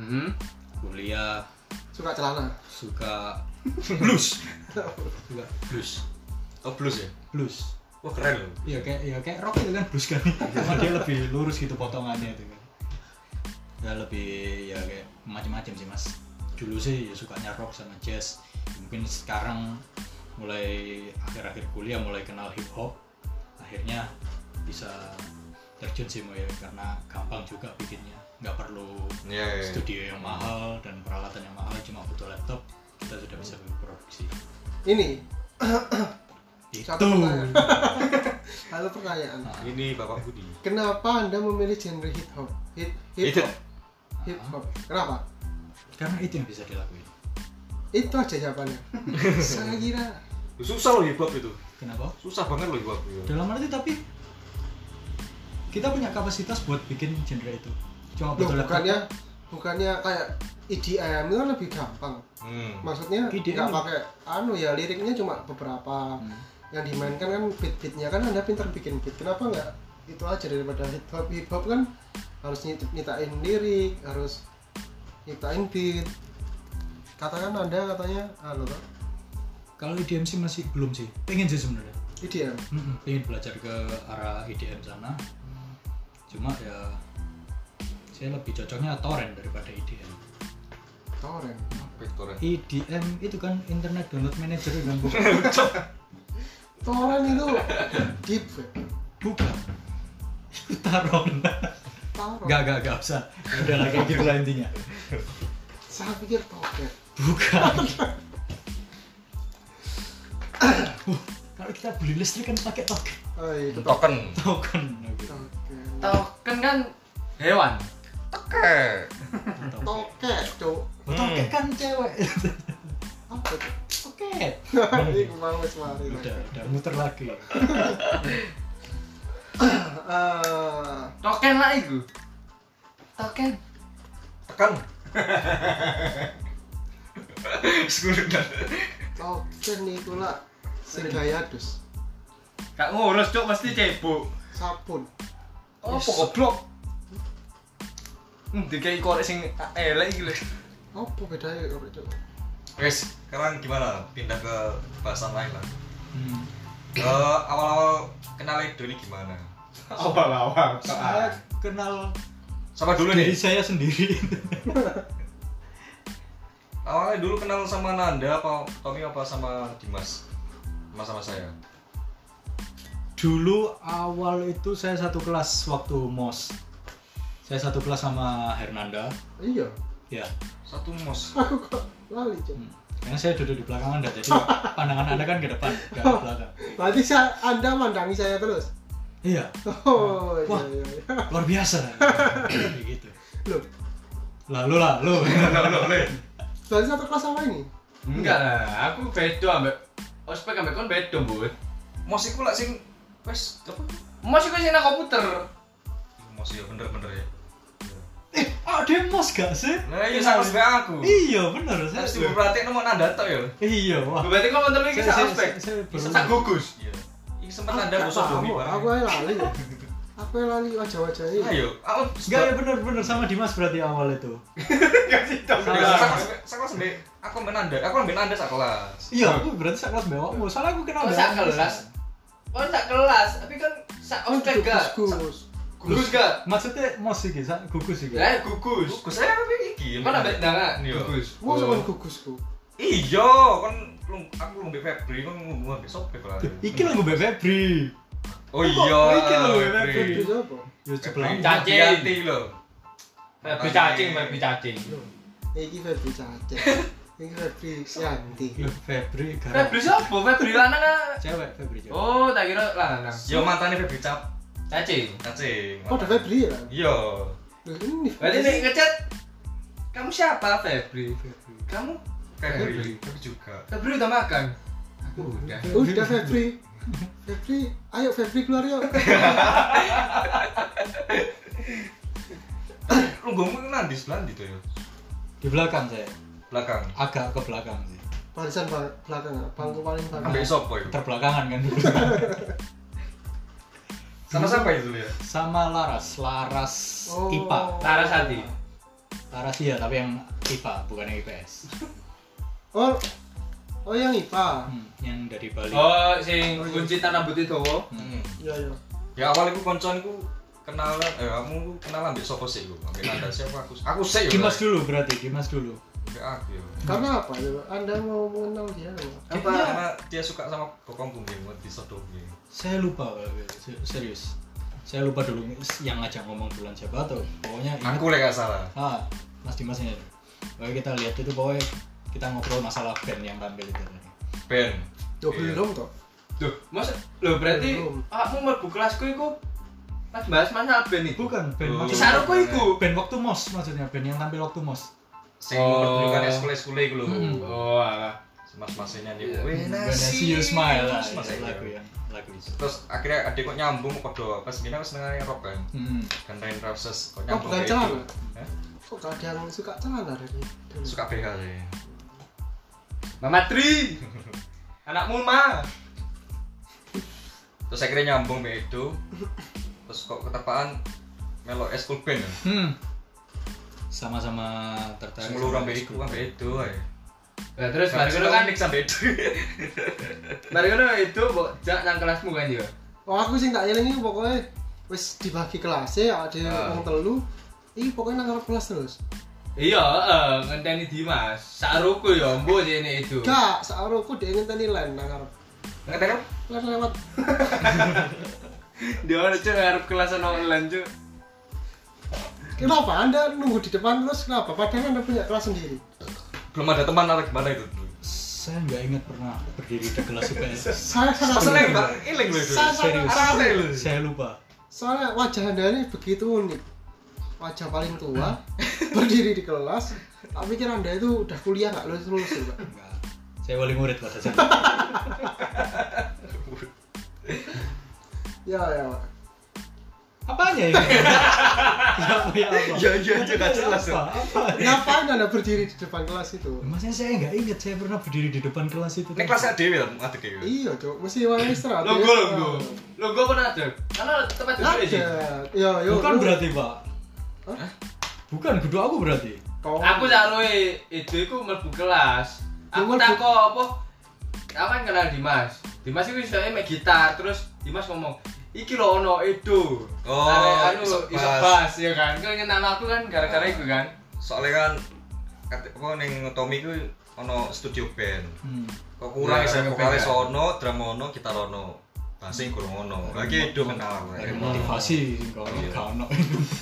[SPEAKER 2] kuliah
[SPEAKER 1] Suka celana.
[SPEAKER 2] suka blues. Suka blues.
[SPEAKER 3] Oh blues ya?
[SPEAKER 2] Blues.
[SPEAKER 3] Wah keren loh.
[SPEAKER 2] Ya kayak rock itu kan blues kan. Cuma dia lebih lurus gitu potongannya itu kan. Ya lebih ya kayak macam-macam sih Mas. Dulu sih ya sukanya rock sama jazz. Mungkin sekarang mulai akhir-akhir kuliah mulai kenal hip hop. Akhirnya bisa terjun sih Mo ya karena gampang juga bikinnya. Nggak perlu
[SPEAKER 3] Iya.
[SPEAKER 2] studio yang mahal dan peralatan yang mahal, cuma butuh laptop kita sudah bisa produksi.
[SPEAKER 1] Ini
[SPEAKER 2] Itu.
[SPEAKER 1] satu pertanyaan. Satu pertanyaan.
[SPEAKER 3] Ini Bapak Budi.
[SPEAKER 1] Kenapa Anda memilih genre hip hop? Hip hop. Hip hop. Kenapa?
[SPEAKER 2] Karena itu yang bisa dilakuin.
[SPEAKER 1] Itu aja jawabannya. Saya kira
[SPEAKER 3] Susah loh hip hop itu.
[SPEAKER 2] Kenapa?
[SPEAKER 3] Susah banget loh hip hop itu.
[SPEAKER 2] Dalam arti tapi kita punya kapasitas buat bikin genre itu. Cuma
[SPEAKER 1] loh,
[SPEAKER 2] butuh
[SPEAKER 1] bukannya kayak EDM itu kan lebih gampang. Maksudnya
[SPEAKER 2] EDM.
[SPEAKER 1] nggak pakai ya liriknya cuma beberapa. Yang dimainkan kan beat-beatnya kan Anda pintar bikin beat. Kenapa nggak itu aja daripada hip hop kan harus nyitain lirik, harus nyitain beat. Katakan Anda katanya toh.
[SPEAKER 2] Kalau EDM sih masih belum sih. Pengen sih sebenarnya.
[SPEAKER 1] EDM.
[SPEAKER 2] Pengen belajar ke arah EDM sana. Cuma ya saya lebih cocoknya torrent daripada EDM.
[SPEAKER 1] Torrent.
[SPEAKER 3] Vektor.
[SPEAKER 2] EDM itu kan Internet Download Manager kan bukan?
[SPEAKER 1] Torrent itu deep web.
[SPEAKER 2] Bukan. Itu taron.
[SPEAKER 1] Torrent.
[SPEAKER 2] Gak usah. Udah lah kayak gitu lah intinya.
[SPEAKER 1] Saya pikir toket.
[SPEAKER 2] Bukan. Kalau kita beli listrik kan pakai token.
[SPEAKER 1] Oh iya, itu
[SPEAKER 3] Token.
[SPEAKER 2] Token.
[SPEAKER 4] Token kan hewan.
[SPEAKER 3] Oke.
[SPEAKER 1] Toket, Cuk.
[SPEAKER 2] Token kan cewek.
[SPEAKER 1] Apa itu?
[SPEAKER 2] Toket.
[SPEAKER 1] Ini mau wis mari.
[SPEAKER 2] Udah muter lagi.
[SPEAKER 4] Token lah iku. Token.
[SPEAKER 3] Tekan. Sekurang.
[SPEAKER 1] Token itu lah sing gaya dus.
[SPEAKER 4] Gak ngurus cuk mesti cebok.
[SPEAKER 1] Sabun.
[SPEAKER 4] Oh, goblok. Dikai korek sing elek iki lho.
[SPEAKER 1] Apa bedanya korek Cuk?
[SPEAKER 3] Wes, sekarang gimana? Pindah ke bahasan lain lah.
[SPEAKER 2] Hmm.
[SPEAKER 3] Awal-awal kenal Edo ini gimana?
[SPEAKER 4] Awal-awal.
[SPEAKER 2] Saya kenal
[SPEAKER 3] Sama dulu
[SPEAKER 2] diri
[SPEAKER 3] nih.
[SPEAKER 2] saya sendiri.
[SPEAKER 3] Awalnya dulu kenal sama Nanda apa Tommy apa sama Dimas? Sama saya.
[SPEAKER 2] Dulu awal itu saya satu kelas waktu MOS. Saya satu kelas sama Hernanda.
[SPEAKER 1] Iya.
[SPEAKER 2] Ya.
[SPEAKER 3] Satu mos.
[SPEAKER 1] Aku kok lali Cuk.
[SPEAKER 2] Karena saya duduk di belakang Anda, jadi pandangan Anda kan ke depan, nggak ke belakang.
[SPEAKER 1] Berarti Anda mandangi saya terus.
[SPEAKER 2] Iya.
[SPEAKER 1] Oh,
[SPEAKER 2] Wah.
[SPEAKER 1] iya.
[SPEAKER 2] Luar biasa. Kayak gitu.
[SPEAKER 1] Loh,
[SPEAKER 2] Lalu.
[SPEAKER 1] berarti satu kelas sama ini?
[SPEAKER 4] Enggak lah, aku bedo ambek ospek ambek kon bedo, Bud.
[SPEAKER 3] Mos iku lak sing wes apa?
[SPEAKER 4] Mas iku sing nang komputer.
[SPEAKER 3] Mos ya bener-bener ya.
[SPEAKER 2] Ah, dia mos gak sih?
[SPEAKER 3] Nah, iya sama sebaik aku.
[SPEAKER 2] Iya, bener.
[SPEAKER 3] Harus diperhatiin mau nanda tok ya.
[SPEAKER 2] Iya, wah.
[SPEAKER 4] Berarti kok nonton iki sak ospek.
[SPEAKER 2] baru-
[SPEAKER 4] Sak gugus.
[SPEAKER 3] Iya. Iki sempat nanda bosok domi bareng.
[SPEAKER 1] Aku ae lali. Aku ae lali wajah-wajahnya.
[SPEAKER 3] Ayo, aku
[SPEAKER 2] Enggak ya bener sama Dimas berarti awal itu.
[SPEAKER 4] Kasih tau.
[SPEAKER 3] Sekelas mbek aku menanda, aku ambil nanda sak kelas.
[SPEAKER 2] Iya, aku berarti sak kelas mbewakmu. Soalnya aku kenal
[SPEAKER 4] Oh, sak kelas. Oh, sak kelas, tapi kan sak ospek gak?
[SPEAKER 1] Gus.
[SPEAKER 4] Gugus gak?
[SPEAKER 2] Maksudnya mos iki, sak gugus iki.
[SPEAKER 4] Gugus.
[SPEAKER 3] Gus saya apa iki?
[SPEAKER 4] Kan ambek ndangan
[SPEAKER 3] Iya.
[SPEAKER 4] gugus.
[SPEAKER 1] Mau sama gugusku.
[SPEAKER 3] Iya, kan aku ngombe Febri, kan ngombe Sobek lah.
[SPEAKER 2] Iki lagu Febri.
[SPEAKER 3] Oh iya.
[SPEAKER 2] Iki lho, Febri.
[SPEAKER 1] Itu siapa?
[SPEAKER 2] Yo sebelah.
[SPEAKER 4] Cacing.
[SPEAKER 3] Hati lho.
[SPEAKER 4] Febri cacing, Febri cacing.
[SPEAKER 1] Iki Febri Cace. Iki Febri Yanti.
[SPEAKER 2] Loh, Febri gara
[SPEAKER 4] Febri siapa? Febri lanang ah.
[SPEAKER 2] cewek Febri cewek.
[SPEAKER 4] Oh, tak kira lanang.
[SPEAKER 3] Yo mantane Febri Cap.
[SPEAKER 4] Cacing.
[SPEAKER 3] Cacing.
[SPEAKER 1] Oh, ada Febri ya?
[SPEAKER 3] Iya.
[SPEAKER 1] Loh, ini
[SPEAKER 4] Berarti nek ngechat kamu siapa, Febri?
[SPEAKER 2] Febri.
[SPEAKER 4] Kamu
[SPEAKER 3] Febri juga.
[SPEAKER 4] Febri udah makan? Aku udah.
[SPEAKER 1] Udah Febri. Febri, ayo Febri keluar yuk.
[SPEAKER 3] Lu ngomong nanti sebelah itu ya.
[SPEAKER 2] Di belakang saya.
[SPEAKER 3] Belakang.
[SPEAKER 2] Agak ke belakang sih.
[SPEAKER 1] Barisan belakang, bangku paling belakang.
[SPEAKER 3] Ambek sopo ya?
[SPEAKER 2] Terbelakangan kan dulu.
[SPEAKER 3] Sama siapa itu ya?
[SPEAKER 2] Sama Laras
[SPEAKER 1] Oh.
[SPEAKER 2] IPA.
[SPEAKER 4] Larasati.
[SPEAKER 2] Laras iya, tapi yang IPA bukan yang IPS.
[SPEAKER 1] Oh yang IPA.
[SPEAKER 2] Yang dari Bali.
[SPEAKER 4] Oh, sing kunci tanah rambut itu.
[SPEAKER 1] Iya iya.
[SPEAKER 3] Ya awal iku konconku kenalan, kamu kenalan ambek sopo sih iku? Ambek Nanda siapa aku? Aku sih yo.
[SPEAKER 2] Dimas dulu berarti, Dimas dulu.
[SPEAKER 3] Ambek aku yo.
[SPEAKER 1] Karena apa ya? Anda mau mengenal dia?
[SPEAKER 3] Apa? Karena dia suka sama bokong mungkin buat disodomi.
[SPEAKER 2] Saya lupa, serius. Saya lupa dulu yang ngajak ngomong duluan siapa tuh. Pokoknya ingat,
[SPEAKER 3] Aku lek gak salah.
[SPEAKER 2] Mas Dimas ini. Pokoknya kita lihat itu pokoknya kita ngobrol masalah band yang tampil itu tadi.
[SPEAKER 3] Ben.
[SPEAKER 1] Yo belum toh.
[SPEAKER 4] Duh, mas, lo berarti
[SPEAKER 1] Belum.
[SPEAKER 4] aku mlebu kelasku iku pas bahas masalah band itu.
[SPEAKER 2] Bukan band
[SPEAKER 3] Oh.
[SPEAKER 2] waktu
[SPEAKER 4] Saruku iku.
[SPEAKER 2] band waktu mos maksudnya band yang tampil waktu mos.
[SPEAKER 3] Sing
[SPEAKER 4] Oh.
[SPEAKER 3] mempertunjukkan eskul-eskul iku lho.
[SPEAKER 4] Oh, alah.
[SPEAKER 3] Mas-masnya nih.
[SPEAKER 4] Iya.
[SPEAKER 3] When
[SPEAKER 2] When I see you smile lah,
[SPEAKER 3] Mas
[SPEAKER 2] itu lagu itu.
[SPEAKER 3] Terus akhirnya adik kok nyambung padha pas gini aku senengane rock kan. Kan Rain Roses kok nyambung.
[SPEAKER 1] bukan
[SPEAKER 3] kayak
[SPEAKER 1] celana.
[SPEAKER 3] gitu. Hah?
[SPEAKER 1] Kok gak ada yang suka celana dari?
[SPEAKER 3] Suka BH sih.
[SPEAKER 4] Mama Tri. Anakmu mah.
[SPEAKER 3] Terus akhirnya nyambung mbak itu. Terus kok ketepaan melo eskul band ya.
[SPEAKER 2] Sama-sama tertarik.
[SPEAKER 3] Semulu
[SPEAKER 2] sama
[SPEAKER 3] mbak
[SPEAKER 2] school.
[SPEAKER 3] iku mbak itu ae.
[SPEAKER 4] Nah, terus mari ngono kan
[SPEAKER 3] sampai itu.
[SPEAKER 4] mari ngono itu mbok jak nang kelasmu kan yo.
[SPEAKER 1] Oh aku sing tak eling iki pokoknya wis dibagi kelas ya ada wong telu. Iki pokoknya nang ngarep kelas terus.
[SPEAKER 4] Iya, ngenteni Dimas. Saruku yo mbo jene itu.
[SPEAKER 1] Gak, saroku dia ngenteni len nang ngarep.
[SPEAKER 3] Ngerti kan?
[SPEAKER 1] Len lewat.
[SPEAKER 4] Dia ora cek ngarep kelas ana online cuk.
[SPEAKER 1] Kenapa Anda nunggu di depan terus kenapa? Padahal Anda punya kelas sendiri.
[SPEAKER 3] Belum ada teman narik gimana itu.
[SPEAKER 2] Saya nggak ingat pernah berdiri di kelas IPS.
[SPEAKER 1] Saya sangat
[SPEAKER 3] Seleng Mbak, iling lho itu.
[SPEAKER 2] Serius.
[SPEAKER 3] Arane lho.
[SPEAKER 2] Saya lupa.
[SPEAKER 1] Soalnya wajah Anda ini begitu unik. Wajah paling tua, berdiri di kelas. Tak pikir Anda itu udah kuliah nggak lulus ya, Pak.
[SPEAKER 2] Enggak. Saya wali murid pada saat.
[SPEAKER 1] Ya ya, Pak.
[SPEAKER 2] Apanya ini? Ya punya apa?
[SPEAKER 3] Iya gak jelas.
[SPEAKER 2] Apa?
[SPEAKER 1] Ngapain Anda berdiri di depan kelas itu?
[SPEAKER 2] Maksudnya saya nggak ingat saya pernah berdiri di depan kelas itu.
[SPEAKER 3] Nek kelas dhewe lah ngadeg ya.
[SPEAKER 1] Iya, Cok. Mesti orang istirahat.
[SPEAKER 4] Logo pernah ada. Karena tempat duduk sih.
[SPEAKER 1] Ada. Yo,
[SPEAKER 2] Bukan
[SPEAKER 1] lu-
[SPEAKER 2] berarti Pak.
[SPEAKER 1] Hah?
[SPEAKER 2] Bukan, kudu aku berarti.
[SPEAKER 1] Kau-
[SPEAKER 4] Aku saruhe itu iku mlebu kelas. Aku
[SPEAKER 1] Mlebu-
[SPEAKER 4] takok apa? Aku kan kenal Dimas. Dimas iku iso mek gitar, terus Dimas ngomong, "Iki lho ono Edo."
[SPEAKER 3] Oh,
[SPEAKER 4] anu
[SPEAKER 3] iso
[SPEAKER 4] iso
[SPEAKER 3] bass.
[SPEAKER 4] bass ya kan. Kau ngenal aku kan gara-gara iku kan.
[SPEAKER 3] Soalnya kan apa ning Tommy ku ono studio band. Kok kurang
[SPEAKER 4] Ya,
[SPEAKER 3] iso
[SPEAKER 4] ngeband
[SPEAKER 3] vokalis
[SPEAKER 4] ya.
[SPEAKER 3] ono, drum ono, gitar ono. Basing kurang ono. Lagi itu kenal aku.
[SPEAKER 2] Dari motivasi kalau
[SPEAKER 3] Iya.
[SPEAKER 2] nggak ono.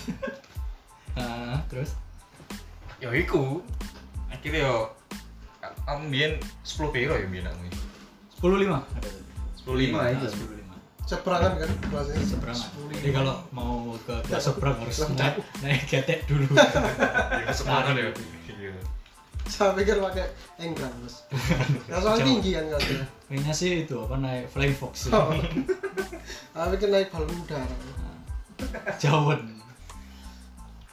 [SPEAKER 2] Nah, terus
[SPEAKER 3] Ya iku. Akhirnya yo kamu biyen 10 piro ya biyen aku.
[SPEAKER 2] 10.5 ada tadi.
[SPEAKER 3] 10.5
[SPEAKER 2] Nah,
[SPEAKER 3] itu.
[SPEAKER 2] 10.5.
[SPEAKER 1] Seberangan kan kelasnya
[SPEAKER 2] Seberangan. Jadi kalau mau ke kelas seberang harus naik getek dulu.
[SPEAKER 3] Ya semuanya ya. Iya.
[SPEAKER 1] Saya pikir pakai enggrang, Mas. Nah, soalnya
[SPEAKER 2] Jauh.
[SPEAKER 1] tinggi kan kelasnya.
[SPEAKER 2] Kayaknya sih itu apa naik Flying Fox.
[SPEAKER 1] Oh. Saya pikir naik balon udara.
[SPEAKER 2] Jawan.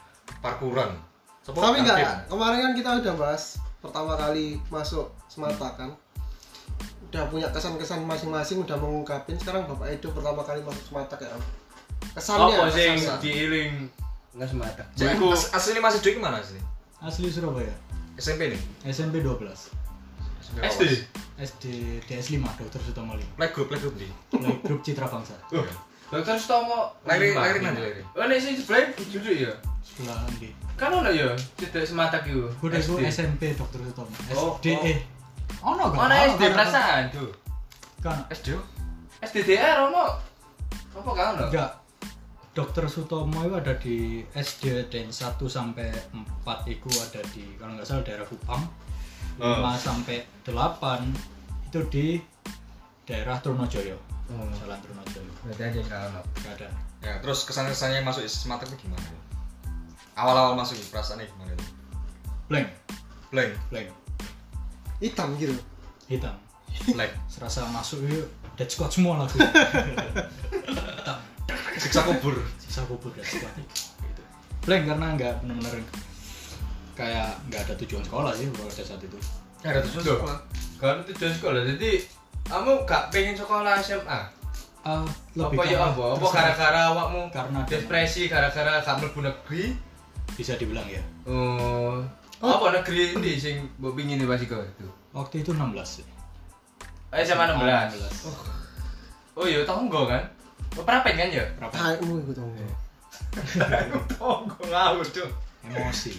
[SPEAKER 3] parkuran. Sopo
[SPEAKER 1] Tapi
[SPEAKER 3] Hakim?
[SPEAKER 1] enggak, kemarin kan kita udah bahas pertama kali masuk Semata kan. Udah punya kesan-kesan masing-masing, udah mengungkapin. Sekarang Bapak Edo pertama kali masuk Semata kayak apa? Kesannya
[SPEAKER 4] Apa sing
[SPEAKER 1] kesan.
[SPEAKER 4] diiling nggak semata.
[SPEAKER 3] Jadi
[SPEAKER 4] Iku
[SPEAKER 3] aslinya masih Doi mana sih?
[SPEAKER 2] Asli Surabaya.
[SPEAKER 3] SMP nih.
[SPEAKER 2] SMP 12.
[SPEAKER 4] SD.
[SPEAKER 2] SD DS5 Dr. Sutomo 5.
[SPEAKER 3] Playgroup di.
[SPEAKER 2] Grup Citra Bangsa.
[SPEAKER 4] Dokter Sutomo.
[SPEAKER 3] Lahir
[SPEAKER 4] lima.
[SPEAKER 3] nanti lahir.
[SPEAKER 4] Oh nek sing sebelah duduk ya.
[SPEAKER 2] Sekolah di.
[SPEAKER 4] Kan ono ya cedek semata ki.
[SPEAKER 2] Gue dari SMP Dr. Sutomo.
[SPEAKER 4] Oh,
[SPEAKER 2] SD ono gak?
[SPEAKER 4] Ono SD perasaan tuh.
[SPEAKER 2] Kan
[SPEAKER 3] SD.
[SPEAKER 4] SDDR ono. Apa kan ono?
[SPEAKER 2] enggak. Dr. Sutomo itu ada di SD dan 1 sampai 4 itu ada di kalau nggak salah daerah Kupang. 5 sampai 8 itu di daerah Trunojoyo. Jalan Trunojoyo.
[SPEAKER 4] Berarti aja enggak ono.
[SPEAKER 2] Enggak ada.
[SPEAKER 3] Ya, terus kesan-kesannya masuk Semata itu gimana? Awal-awal masuk perasaannya gimana itu?
[SPEAKER 2] Blank,
[SPEAKER 3] Blank.
[SPEAKER 1] Hitam gitu.
[SPEAKER 2] hitam.
[SPEAKER 3] Blank.
[SPEAKER 2] Serasa masuk itu dead squad semua lagu. Hitam.
[SPEAKER 3] Siksa kubur.
[SPEAKER 2] Sisa kubur dead squad gitu. Blank karena nggak benar-benar kayak nggak ada tujuan sekolah sih pada saat itu.
[SPEAKER 3] Ya, ada tujuan sekolah.
[SPEAKER 4] Kan tujuan sekolah. Jadi kamu gak pengen sekolah SMA?
[SPEAKER 2] Lebih
[SPEAKER 4] Apa ya
[SPEAKER 2] karena
[SPEAKER 4] apa? Apa
[SPEAKER 2] terserah.
[SPEAKER 4] gara-gara awakmu
[SPEAKER 2] Karena ada-
[SPEAKER 4] depresi gara-gara gak mlebu negeri?
[SPEAKER 2] bisa dibilang ya.
[SPEAKER 4] Oh. Apa negeri ini sing mbok pingin pas iku itu?
[SPEAKER 2] Waktu itu 16 sih.
[SPEAKER 4] SMA 16.
[SPEAKER 2] 16.
[SPEAKER 4] Oh iya, tonggo kan? Oh, prapen kan ya?
[SPEAKER 1] Taekmu itu dong.
[SPEAKER 4] Tonggo ngawur tuh.
[SPEAKER 2] Emosi.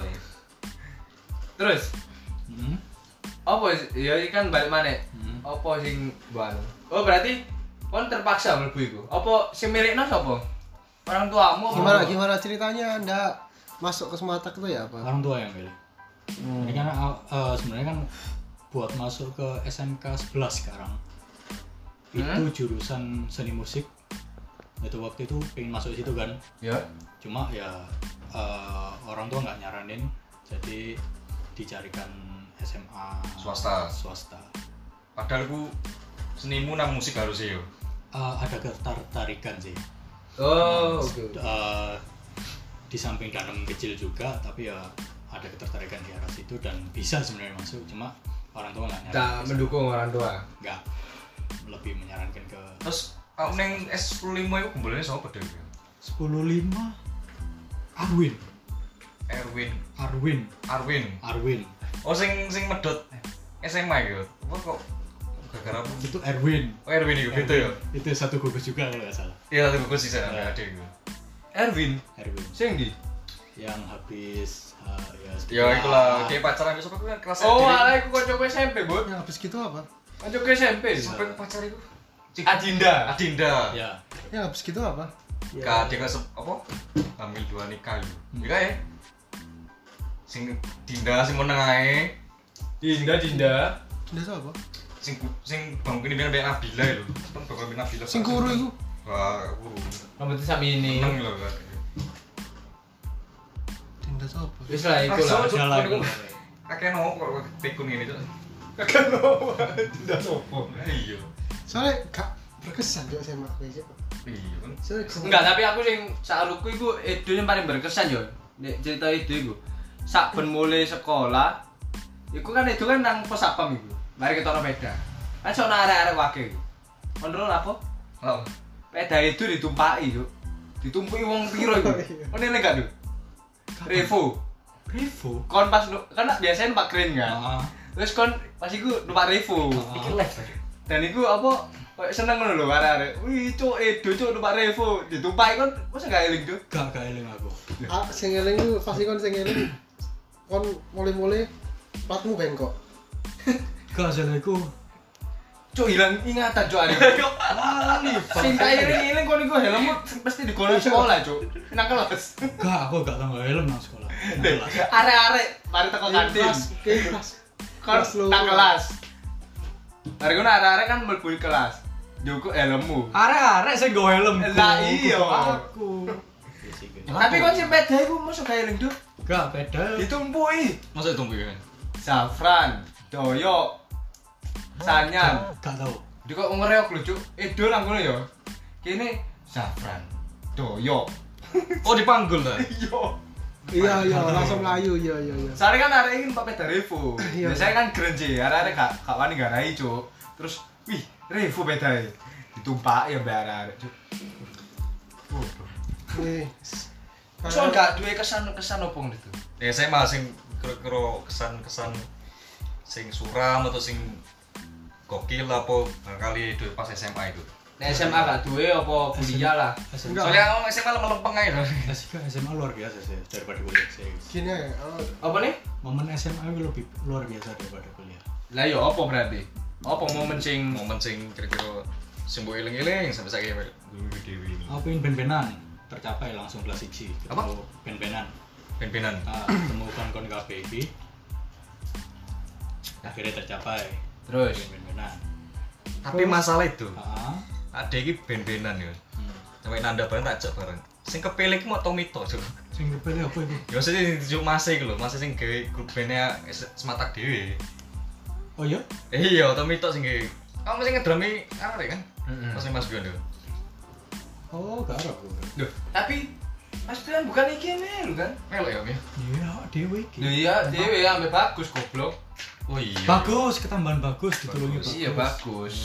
[SPEAKER 4] Terus
[SPEAKER 2] Hmm.
[SPEAKER 4] apa ya ini kan balik mana?
[SPEAKER 2] Hmm.
[SPEAKER 4] Apa sing mbok anu? Oh, berarti kon terpaksa mlebu iku. Apa sing milikno sapa? Orang tuamu apa?
[SPEAKER 1] Gimana ceritanya Anda masuk ke Semata itu ya apa?
[SPEAKER 2] Orang tua yang milih. Ini kan sebenarnya kan buat masuk ke SMK 11 sekarang. Itu jurusan seni musik. Itu waktu itu pengen masuk situ kan.
[SPEAKER 4] Ya.
[SPEAKER 2] Cuma ya orang tua nggak nyaranin, jadi dicarikan SMA swasta.
[SPEAKER 3] Padahal aku senimu nang musik harusnya yo.
[SPEAKER 2] Ada ketertarikan sih.
[SPEAKER 4] Oh, oke.
[SPEAKER 2] Di samping dalam kecil juga, tapi ya ada ketertarikan di arah situ dan bisa sebenarnya masuk, cuma orang tua nggak
[SPEAKER 4] Tak
[SPEAKER 2] nyaranin.
[SPEAKER 4] mendukung orang tua.
[SPEAKER 2] Nggak, lebih menyarankan ke
[SPEAKER 3] Terus aku neng S15 itu kumpulannya sama pada
[SPEAKER 2] 10.5 Arwin.
[SPEAKER 3] Arwin. Oh sing medot SMA gitu. Apa kok gara-gara apa?
[SPEAKER 2] Itu Erwin.
[SPEAKER 3] Oh Erwin itu gitu ya.
[SPEAKER 2] Itu satu gugus juga kalau nggak salah.
[SPEAKER 3] Iya, tapi aku sih ada itu.
[SPEAKER 4] Erwin,
[SPEAKER 2] Erwin
[SPEAKER 4] sing di.
[SPEAKER 2] yang habis
[SPEAKER 3] Ya itulah kayak pacaran besok aku kan kelas
[SPEAKER 4] Oh,
[SPEAKER 3] SD.
[SPEAKER 4] ala iku kancaku SMP, Bud.
[SPEAKER 1] Yang habis gitu apa?
[SPEAKER 4] Kancaku SMP.
[SPEAKER 3] Sampai pacar itu.
[SPEAKER 4] Adinda.
[SPEAKER 2] ya
[SPEAKER 1] Yang habis gitu apa?
[SPEAKER 3] Kak dia nggak apa? Hamil 2 nikah yuk. Iya kan ya? Sing Dinda sing meneng ae.
[SPEAKER 4] Dinda.
[SPEAKER 1] Dinda apa?
[SPEAKER 3] Sing bangku ini bilang Nabila itu. Kan bakal Nabila.
[SPEAKER 1] Sing kuru itu.
[SPEAKER 3] Wah, kuru.
[SPEAKER 4] Rambutnya sami ini.
[SPEAKER 3] Meneng lho kan.
[SPEAKER 1] Dinda apa?
[SPEAKER 4] Wis lah iku lah.
[SPEAKER 2] jalan.
[SPEAKER 3] Akeh no kok tekun ngene tuh.
[SPEAKER 4] Dinda sopo?
[SPEAKER 3] Iya.
[SPEAKER 1] Soalnya gak berkesan juga SMA aja.
[SPEAKER 3] Iya kan.
[SPEAKER 1] Soalnya
[SPEAKER 4] Enggak, tapi aku sing saklukku iku Edo yang paling berkesan yo. Nek cerita Edo iku. Sak ben mulai sekolah, iku kan Edo kan nang pos sapam iku. Mari kita ono peda. Kan sono arek-arek wake iku. Kontrol apa?
[SPEAKER 3] Lah,
[SPEAKER 4] Peda itu ditumpaki, Cuk. Ditumpuki wong piro iku? Ono eling gak, Cuk? Revo. Kon pas kan biasanya numpak keren kan. Terus kon pas iku numpak Revo.
[SPEAKER 3] iki live.
[SPEAKER 4] Dan iku apa kayak seneng ngono lho arek-arek. Wih, Cuk, Edo Cuk numpak Revo. Ditumpaki kon mosok gak eling, Cuk.
[SPEAKER 2] gak eling aku.
[SPEAKER 1] sing eling itu pasti kon sing eling kon mulai platmu bengkok.
[SPEAKER 2] Gak salah aku.
[SPEAKER 4] Cuk hilang ingatan Cuk arek. Sing tak eling-eling kon iku helmmu pasti digolong sekolah, Cuk. Nang kelas.
[SPEAKER 2] Gak, aku gak tau helm nang sekolah. Nang kelas.
[SPEAKER 4] Arek-arek mari teko kantin.
[SPEAKER 1] Kelas.
[SPEAKER 4] Kon nang kelas. Mari kono arek-arek kan mlebu kelas. Njuk helmmu.
[SPEAKER 2] Arek-arek sing go helm.
[SPEAKER 4] Lah iya.
[SPEAKER 2] Aku.
[SPEAKER 4] Tapi kon sing peda iku mosok gak eling, Cuk.
[SPEAKER 2] Gak beda.
[SPEAKER 4] Ditumpuki.
[SPEAKER 3] Masa ditunggu kan?
[SPEAKER 4] Safran, Doyok, Sanyan.
[SPEAKER 2] Gak tau.
[SPEAKER 4] Dia kok ngereok lho, Cuk. Edo nang ngono ya. Kene Safran, Doyok.
[SPEAKER 3] Oh dipanggul lah.
[SPEAKER 4] Iya.
[SPEAKER 1] Iya langsung melayu iya.
[SPEAKER 4] Soalnya kan arek iki numpak sepeda Revo.
[SPEAKER 1] Iya.
[SPEAKER 4] Biasanya kan grenje, arek-arek gak wani garai, Cuk. Terus, wih, Revo bedae. Ditumpaki ya mbak arek, Cuk. So gak duwe kesan opo gitu.
[SPEAKER 3] Ya saya masing kira-kira kesan-kesan sing suram atau sing gokil apa kali itu pas SMA itu.
[SPEAKER 4] Nek SMA gak duwe apa kuliah lah.
[SPEAKER 3] Soalnya aku SMA lempeng aja.
[SPEAKER 2] Asik SMA luar biasa sih daripada kuliah sih.
[SPEAKER 1] Gini ya
[SPEAKER 4] Apa nih?
[SPEAKER 2] Momen SMA itu lebih luar biasa daripada kuliah.
[SPEAKER 4] Lah ya apa berarti? Apa momen sing
[SPEAKER 3] Kira-kira sing mbok eling-eling sampai saiki guru dewi ini.
[SPEAKER 2] Aku ingin ben-benan tercapai langsung kelas 1.
[SPEAKER 3] Apa?
[SPEAKER 2] Ben-benan.
[SPEAKER 3] Ben-benan.
[SPEAKER 2] Ketemu kon KPI. Akhirnya tercapai.
[SPEAKER 4] terus
[SPEAKER 2] Ben-benan.
[SPEAKER 3] Tapi masalah itu,
[SPEAKER 2] Heeh.
[SPEAKER 3] ada iki ben-benan ya. Sampai nanda bareng tak ajak bareng. Sing kepilih ki mau Tomito, Cuk.
[SPEAKER 2] Sing kepilih apa itu?
[SPEAKER 3] Ya maksudnya dijuk Mase iku lho, Mase sing gawe grup band-nya Sematak dhewe.
[SPEAKER 2] Oh iya?
[SPEAKER 3] Iya, Tomito sing gawe. Kamu mesti ngedrami arek kan?
[SPEAKER 4] Heeh.
[SPEAKER 3] Pas Mas Bion lho.
[SPEAKER 2] Oh, gak ada aku.
[SPEAKER 4] Loh, tapi Mas Brian bukan iki melu kan?
[SPEAKER 3] Melok ya, Mi.
[SPEAKER 2] Iya, dewe iki.
[SPEAKER 4] Lho iya, dhewe ambe bagus goblok.
[SPEAKER 3] Oh iya.
[SPEAKER 2] Bagus, ketambahan bagus, ditulungi bagus.
[SPEAKER 4] Iya bagus.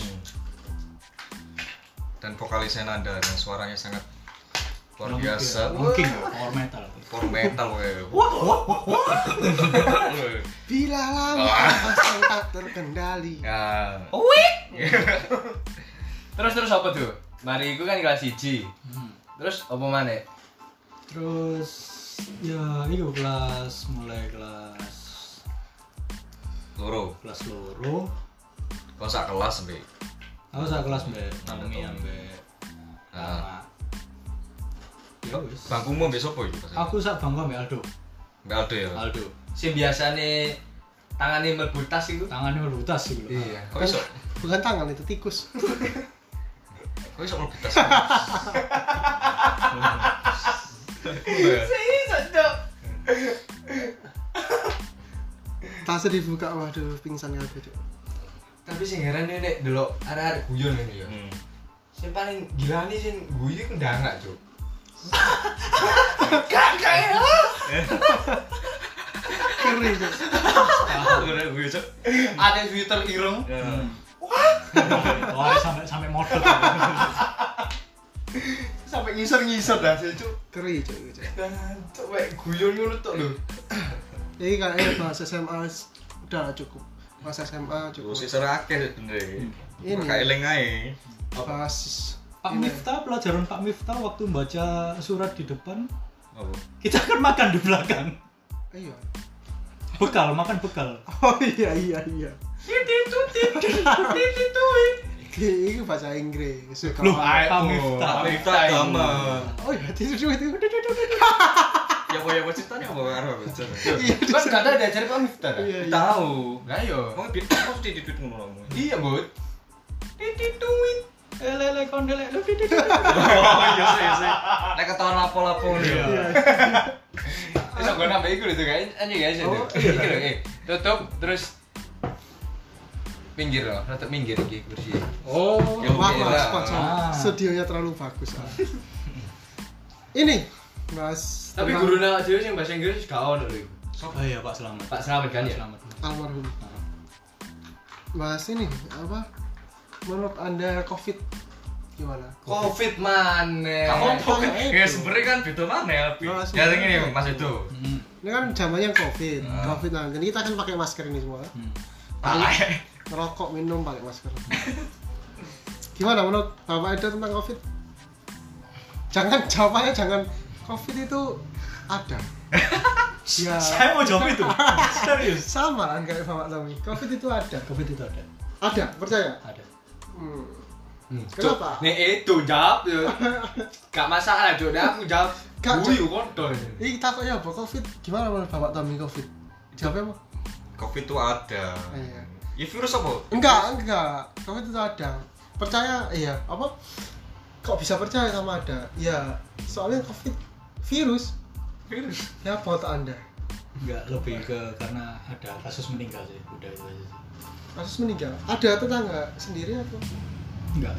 [SPEAKER 3] Dan vokalisnya Nanda dan suaranya sangat luar
[SPEAKER 2] Mungkin,
[SPEAKER 3] biasa.
[SPEAKER 2] Mungkin ya, power metal.
[SPEAKER 3] Power metal we.
[SPEAKER 1] bila lama pasang tak terkendali.
[SPEAKER 3] Ya.
[SPEAKER 4] Terus apa tuh? Mari iku kan kelas 1. Terus apa maneh?
[SPEAKER 2] Terus ya itu mulai kelas
[SPEAKER 3] Loro.
[SPEAKER 2] loro.
[SPEAKER 3] Kok sak kelas sampai.
[SPEAKER 2] Aku sak kelas mbek Naomi ambek
[SPEAKER 3] Nah,
[SPEAKER 2] ya wis.
[SPEAKER 3] bangkumu mbek sapa iki?
[SPEAKER 2] Aku sak bangku ambek Aldo.
[SPEAKER 3] Mbak Aldo ya.
[SPEAKER 2] Aldo.
[SPEAKER 4] Sing biasane tangane mlebu tas iku.
[SPEAKER 2] Tangannya berbutas sih lho.
[SPEAKER 4] Iya.
[SPEAKER 3] Kok iso?
[SPEAKER 1] Bukan tangan itu tikus.
[SPEAKER 3] Kok iso mlebu tas?
[SPEAKER 4] Iso, Cuk.
[SPEAKER 1] Tasnya dibuka, waduh pingsan kabeh, Cuk.
[SPEAKER 4] Tapi sing heran nek delok arek-arek guyon ngene ya. Sing paling gilane sing guyu iku ndangak, Cuk. Kakak ya.
[SPEAKER 1] Keren, Cuk.
[SPEAKER 3] Ora gue cok.
[SPEAKER 4] Ada Twitter ireng.
[SPEAKER 2] Wah, sampai model.
[SPEAKER 4] Sampai ngisor-ngisor dah sih, Cuk.
[SPEAKER 1] Keren, Cuk.
[SPEAKER 4] Cuk, wek guyon ngono tok lho.
[SPEAKER 1] Jadi kayaknya bahas SMA udah cukup. Bahas SMA cukup.
[SPEAKER 3] Terus iso akeh sebenarnya.
[SPEAKER 1] Ini.
[SPEAKER 3] Kayak eling ae.
[SPEAKER 1] Bahas
[SPEAKER 2] Pak Miftah, pelajaran Pak Miftah waktu baca surat di depan,
[SPEAKER 3] Apa?
[SPEAKER 2] kita kan makan di belakang.
[SPEAKER 1] Iya.
[SPEAKER 2] Bekal, makan bekal.
[SPEAKER 1] Oh iya. Ini bahasa Inggris.
[SPEAKER 2] Loh, Pak Miftah.
[SPEAKER 3] Pak Miftah agama.
[SPEAKER 1] Oh iya, itu.
[SPEAKER 3] Ya apa ceritanya apa karo aku?
[SPEAKER 4] Kan gak ada diajari Pak Miftah.
[SPEAKER 1] Iya.
[SPEAKER 4] Tahu. Lah yo.
[SPEAKER 3] Mau bit apa sih di ngono ngomong.
[SPEAKER 4] Iya, Bud. Tituin.
[SPEAKER 2] Lele kondele.
[SPEAKER 3] Oh iya sih. Nek ketahuan lapo-lapo
[SPEAKER 2] Iya.
[SPEAKER 4] Wis kok nambah iku lho guys. Anjing guys itu. Iki lho, tutup terus pinggir loh, rada minggir iki kursi.
[SPEAKER 1] Oh,
[SPEAKER 3] Ya,
[SPEAKER 1] wah,
[SPEAKER 3] oke
[SPEAKER 1] pas.
[SPEAKER 2] lah.
[SPEAKER 1] Studionya terlalu bagus. Ini Mas
[SPEAKER 4] Tapi
[SPEAKER 1] tentang
[SPEAKER 4] gurune awake dhewe sing bahasa Inggris gak ono lho iku.
[SPEAKER 2] Oh iya, Pak Selamat.
[SPEAKER 4] Pak Slamet kan ya?
[SPEAKER 2] Selamat.
[SPEAKER 1] almarhum. Mas ini apa? Menurut Anda Covid gimana?
[SPEAKER 4] Covid maneh.
[SPEAKER 3] Kamu apa? Ya sebenarnya kan beda mana ya.
[SPEAKER 1] Oh,
[SPEAKER 3] Ya ini Mas itu.
[SPEAKER 1] Ini kan zamannya Covid, Covid-19. Kita kan pakai masker ini semua. Ngerokok, minum pakai masker. Gimana menurut Bapak Edo tentang Covid? Jawabannya jangan Covid itu ada. Ya,
[SPEAKER 2] Saya mau jawab itu. Serius.
[SPEAKER 1] sama kan kayak Bapak Tommy. Covid itu ada.
[SPEAKER 2] Covid itu ada.
[SPEAKER 1] Ada, percaya?
[SPEAKER 2] Ada.
[SPEAKER 1] Kenapa?
[SPEAKER 4] Nek itu jawab yo. Gak masalah, Cuk. Nek aku jawab
[SPEAKER 1] Gak,
[SPEAKER 4] guyu kontol.
[SPEAKER 1] Ini takutnya apa? Covid gimana menurut Bapak Tommy Covid? Jawabnya apa?
[SPEAKER 3] Covid itu ada.
[SPEAKER 1] Iya.
[SPEAKER 3] Ya virus apa?
[SPEAKER 1] Enggak. Covid itu ada. Percaya, iya. Apa? Kok bisa percaya sama ada? Ya, soalnya Covid virus.
[SPEAKER 3] Virus.
[SPEAKER 1] Ya, buat Anda.
[SPEAKER 2] Enggak, lebih ke karena ada kasus meninggal sih. Udah itu aja sih.
[SPEAKER 1] Kasus meninggal. Ada tetangga sendiri atau?
[SPEAKER 2] Enggak.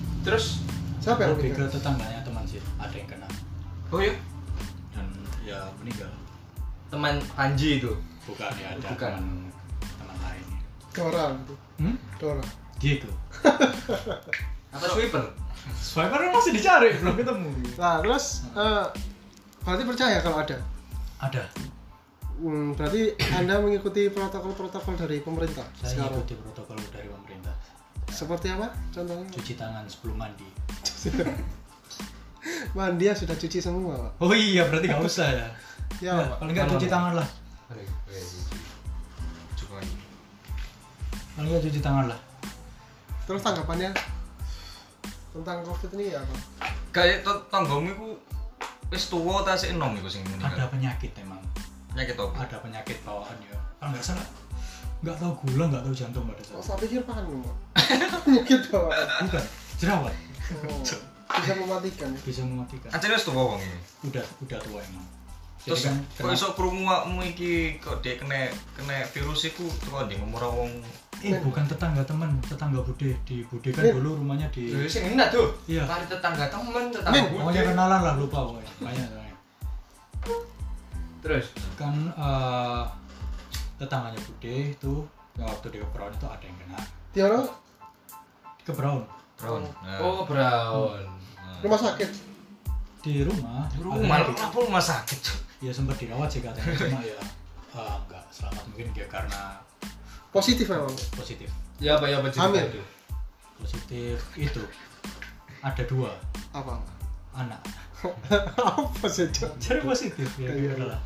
[SPEAKER 4] Terus
[SPEAKER 1] Siapa yang
[SPEAKER 2] Lebih ke
[SPEAKER 1] meninggal?
[SPEAKER 2] tetangganya teman sih. Ada yang kena.
[SPEAKER 3] Oh iya.
[SPEAKER 2] Dan ya meninggal.
[SPEAKER 4] Teman Panji itu.
[SPEAKER 2] Bukan ya, ada
[SPEAKER 4] Bukan.
[SPEAKER 2] teman lain.
[SPEAKER 1] Dora gitu. Dora.
[SPEAKER 2] Gitu.
[SPEAKER 4] Apa sweeper?
[SPEAKER 2] Swiper masih dicari, belum ketemu.
[SPEAKER 1] Nah, terus berarti percaya kalau ada?
[SPEAKER 2] Ada.
[SPEAKER 1] Berarti Anda mengikuti protokol-protokol dari pemerintah
[SPEAKER 2] Saya
[SPEAKER 1] sekarang.
[SPEAKER 2] ikuti protokol dari pemerintah.
[SPEAKER 1] Seperti apa? Contohnya?
[SPEAKER 2] Cuci tangan sebelum mandi.
[SPEAKER 1] Mandi ya sudah cuci semua, Pak.
[SPEAKER 2] Oh iya, berarti nggak usah ya.
[SPEAKER 1] Ya,
[SPEAKER 2] Ya,
[SPEAKER 1] Pak.
[SPEAKER 2] paling nggak cuci tangan lah.
[SPEAKER 3] Cukup.
[SPEAKER 2] Paling nggak cuci tangan lah.
[SPEAKER 1] Terus tanggapannya tentang Covid ini apa?
[SPEAKER 3] Kayak tanggamu iku wis tuwa ta sik enom iku sing meninggal.
[SPEAKER 2] Ada penyakit emang.
[SPEAKER 3] Penyakit apa?
[SPEAKER 2] Ada penyakit bawaan ya. Kalau nggak salah, nggak tahu gula, nggak tahu jantung pada
[SPEAKER 1] Oh,
[SPEAKER 2] saat.
[SPEAKER 1] saya pikir panu, Pak. Mungkin bawaan.
[SPEAKER 2] Bukan, jerawat
[SPEAKER 1] Oh, bisa mematikan.
[SPEAKER 2] bisa mematikan.
[SPEAKER 3] Anjir wis tuwa wong iki.
[SPEAKER 2] Udah tua emang.
[SPEAKER 3] Terus
[SPEAKER 2] Jadi
[SPEAKER 3] kok iso krungu awakmu iki kok dhek kena virus iku teko ndi ngomong wong
[SPEAKER 2] bukan tetangga teman, tetangga Bude. Di Bude kan
[SPEAKER 1] Min.
[SPEAKER 2] dulu rumahnya di
[SPEAKER 4] Lho sing enak tuh.
[SPEAKER 2] Iya.
[SPEAKER 4] Kari tetangga temen,
[SPEAKER 1] Min.
[SPEAKER 4] tetangga
[SPEAKER 2] pokoknya
[SPEAKER 4] Bude.
[SPEAKER 2] kenalan lah, lupa pokoknya. Banyak soalnya.
[SPEAKER 4] Terus
[SPEAKER 2] Kan tetangganya Bude itu waktu di Kebraun itu ada yang kena
[SPEAKER 1] Tiara
[SPEAKER 2] Kebraun
[SPEAKER 3] Brown. Nah.
[SPEAKER 4] oh Brown.
[SPEAKER 1] rumah sakit.
[SPEAKER 2] di rumah.
[SPEAKER 3] Malah
[SPEAKER 2] Ada-
[SPEAKER 3] apa rumah sakit, Cuk?
[SPEAKER 2] ya sempat dirawat sih katanya, cuma ya enggak selamat, mungkin dia karena
[SPEAKER 1] Positif memang.
[SPEAKER 2] positif.
[SPEAKER 4] Ya apa cerita
[SPEAKER 1] Hamil.
[SPEAKER 4] itu?
[SPEAKER 2] Positif itu ada 2
[SPEAKER 1] Apa?
[SPEAKER 2] anak.
[SPEAKER 1] Apa sih, Cok?
[SPEAKER 2] Jadi positif ya,
[SPEAKER 1] Iya.
[SPEAKER 2] adalah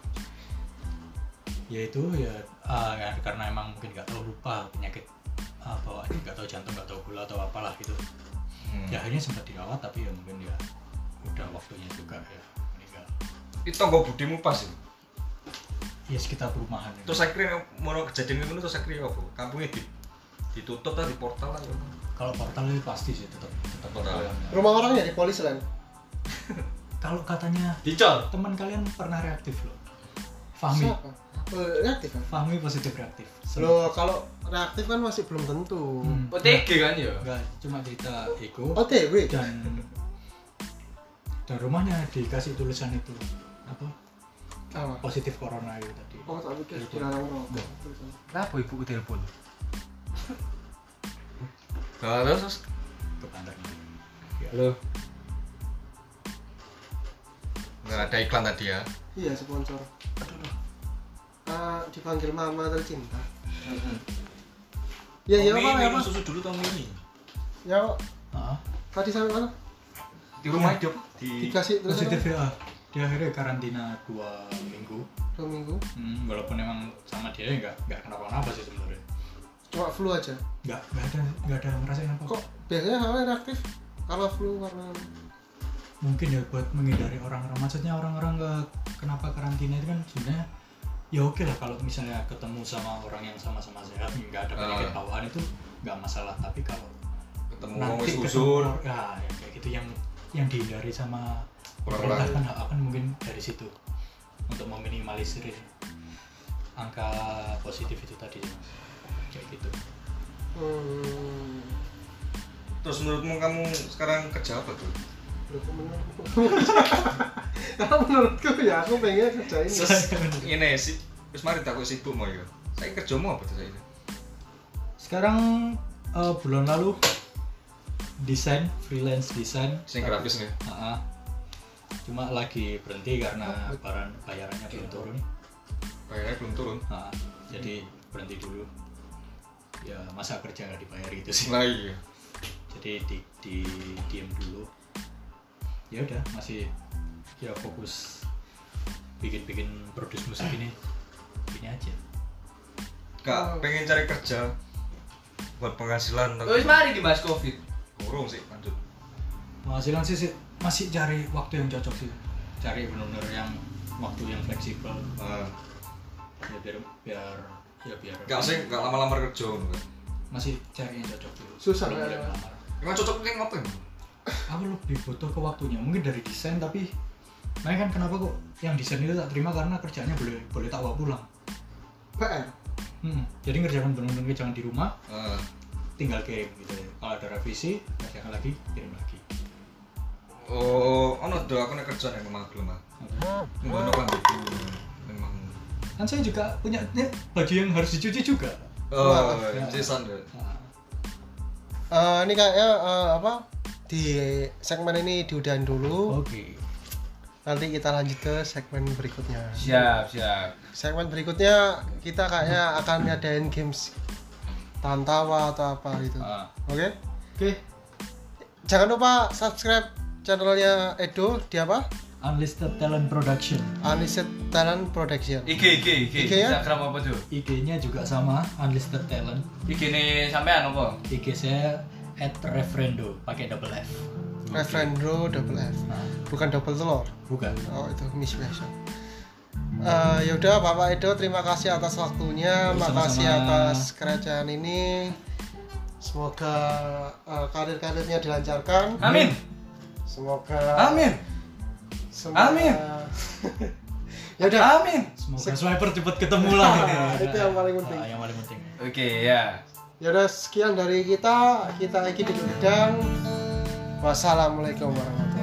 [SPEAKER 2] ya itu ya, ya karena emang mungkin nggak tahu, lupa penyakit bawaan, nggak tahu jantung, nggak tahu gula atau apalah gitu. Ya akhirnya sempat dirawat, tapi ya mungkin ya udah waktunya juga ya meninggal.
[SPEAKER 3] Itu tangga budimu pas ya?
[SPEAKER 2] Ya sekitar perumahan.
[SPEAKER 3] Terus akhirnya mau kejadian itu terus akhirnya apa? Kampungnya ditutup lah di portal lah ya.
[SPEAKER 2] Kalau portal itu pasti sih tetap
[SPEAKER 3] Portal.
[SPEAKER 1] Rumah orangnya di Polis Land.
[SPEAKER 2] Kalau katanya
[SPEAKER 4] Dicol.
[SPEAKER 2] teman kalian pernah reaktif loh. Fahmi,
[SPEAKER 1] Siapa? Reaktif kan?
[SPEAKER 2] Fahmi positif reaktif.
[SPEAKER 1] Loh, kalau reaktif kan masih belum tentu.
[SPEAKER 4] OTG kan ya?
[SPEAKER 2] Enggak, cuma cerita Eko
[SPEAKER 1] OTW.
[SPEAKER 2] dan rumahnya dikasih tulisan itu apa?
[SPEAKER 1] Apa?
[SPEAKER 2] Positif corona itu tadi.
[SPEAKER 1] Oh, tak pikir dilarang rokok.
[SPEAKER 4] Kenapa ibuku telepon?
[SPEAKER 3] Nah, terus
[SPEAKER 2] Ke pantatnya. Ya.
[SPEAKER 4] Halo.
[SPEAKER 3] nggak ada iklan tadi ya?
[SPEAKER 1] Iya, sponsor. Dipanggil Mama tercinta. Ya, ya apa, ya apa?
[SPEAKER 3] Susu dulu Tommy ini.
[SPEAKER 1] Ya, Pak.
[SPEAKER 2] Ah,
[SPEAKER 1] Tadi sampai mana?
[SPEAKER 3] Di rumah hidup di
[SPEAKER 1] Dikasih terus
[SPEAKER 2] positif ya. Dia akhirnya karantina 2 minggu.
[SPEAKER 1] 2 minggu.
[SPEAKER 2] Walaupun emang sama dia ya nggak kenapa-napa sih sebenarnya.
[SPEAKER 1] Cuma flu aja.
[SPEAKER 2] Nggak ada ngerasain apa.
[SPEAKER 1] Kok biasanya hal reaktif? Karena flu, karena
[SPEAKER 2] Mungkin ya buat menghindari orang-orang, maksudnya orang-orang kenapa karantina itu kan sebenarnya ya oke lah kalau misalnya ketemu sama orang yang sama-sama sehat, nggak ada penyakit bawaan itu nggak masalah. Tapi kalau
[SPEAKER 3] ketemu wong
[SPEAKER 2] nanti
[SPEAKER 3] wis
[SPEAKER 2] ketemu
[SPEAKER 3] usul.
[SPEAKER 2] ya kayak gitu yang dihindari sama
[SPEAKER 3] Orang-orang.
[SPEAKER 2] pemerintah kan akan mungkin dari situ untuk meminimalisir angka positif itu tadi Mas. Kayak gitu.
[SPEAKER 3] Terus menurutmu kamu sekarang kerja apa tuh?
[SPEAKER 1] Kalau menurutku ya aku pengen kerja ini.
[SPEAKER 3] Ini sih, terus mari takut sibuk mau ya. Saya kerjamu apa tuh saya?
[SPEAKER 2] Sekarang bulan lalu desain, freelance desain.
[SPEAKER 3] Desain grafis nih.
[SPEAKER 2] Cuma lagi berhenti karena bayarannya belum turun.
[SPEAKER 3] Bayarnya belum turun.
[SPEAKER 2] Jadi berhenti dulu. Ya masa kerja nggak dibayar itu sih.
[SPEAKER 3] Nah iya.
[SPEAKER 2] Jadi di diem dulu. Ya udah masih ya fokus bikin produce musik ini aja.
[SPEAKER 3] Kak pengen cari kerja buat penghasilan.
[SPEAKER 4] Wis mari di Mas Covid.
[SPEAKER 3] Kurung sih lanjut.
[SPEAKER 2] Penghasilan sih masih cari waktu yang cocok sih. Cari benar-benar yang waktu yang fleksibel. Ya biar
[SPEAKER 3] Gak sih, gak lama-lama kerja kan.
[SPEAKER 2] masih cari yang cocok dulu.
[SPEAKER 1] Susah,
[SPEAKER 2] Belum
[SPEAKER 1] ya.
[SPEAKER 2] boleh melamar.
[SPEAKER 3] Emang cocok nih ngapain?
[SPEAKER 2] Aku lebih butuh ke waktunya, mungkin dari desain, tapi makanya kan kenapa kok yang desain itu tak terima karena kerjanya boleh tak bawa pulang.
[SPEAKER 1] PR.
[SPEAKER 2] Jadi ngerjakan benar-benar jangan di rumah,
[SPEAKER 3] Ah.
[SPEAKER 2] tinggal kirim gitu ya. Kalau ada revisi, kerjakan lagi, kirim lagi.
[SPEAKER 3] Oh, ono Aduh, aku nek kerja nek memang gelem ah. Ngono kan itu memang.
[SPEAKER 2] Kan saya juga punya baju yang harus dicuci juga.
[SPEAKER 3] Oh, cesan ya.
[SPEAKER 1] Ini kayaknya di segmen ini diudahin dulu.
[SPEAKER 2] Oke.
[SPEAKER 1] Nanti kita lanjut ke segmen berikutnya.
[SPEAKER 4] Siap.
[SPEAKER 1] Segmen berikutnya kita kayaknya akan ngadain games tantawa atau apa gitu. Oke?
[SPEAKER 2] Oke.
[SPEAKER 1] Jangan lupa subscribe channelnya Edo di apa?
[SPEAKER 2] Unlisted Talent Production.
[SPEAKER 1] Unlisted Talent Production.
[SPEAKER 4] IG
[SPEAKER 1] ya?
[SPEAKER 4] Instagram apa tuh?
[SPEAKER 2] IG-nya juga sama, Unlisted Talent.
[SPEAKER 4] IG ini sampean apa?
[SPEAKER 2] IG saya @referendo pakai double F.
[SPEAKER 1] Referendo double F. Bukan double telur.
[SPEAKER 2] Bukan.
[SPEAKER 1] Oh, itu misversion. Ya udah Bapak Edo, terima kasih atas waktunya, makasih atas kerajaan ini. Semoga karir-karirnya dilancarkan.
[SPEAKER 4] Amin.
[SPEAKER 1] Semoga
[SPEAKER 4] Amin.
[SPEAKER 1] Ya udah.
[SPEAKER 4] Amin.
[SPEAKER 2] Semoga swiper cepat ketemu lah.
[SPEAKER 1] Itu yang paling penting.
[SPEAKER 2] Yang paling penting.
[SPEAKER 4] Oke, ya.
[SPEAKER 1] Ya udah, sekian dari kita Eki di Gudang. Wassalamualaikum warahmatullahi wabarakatuh.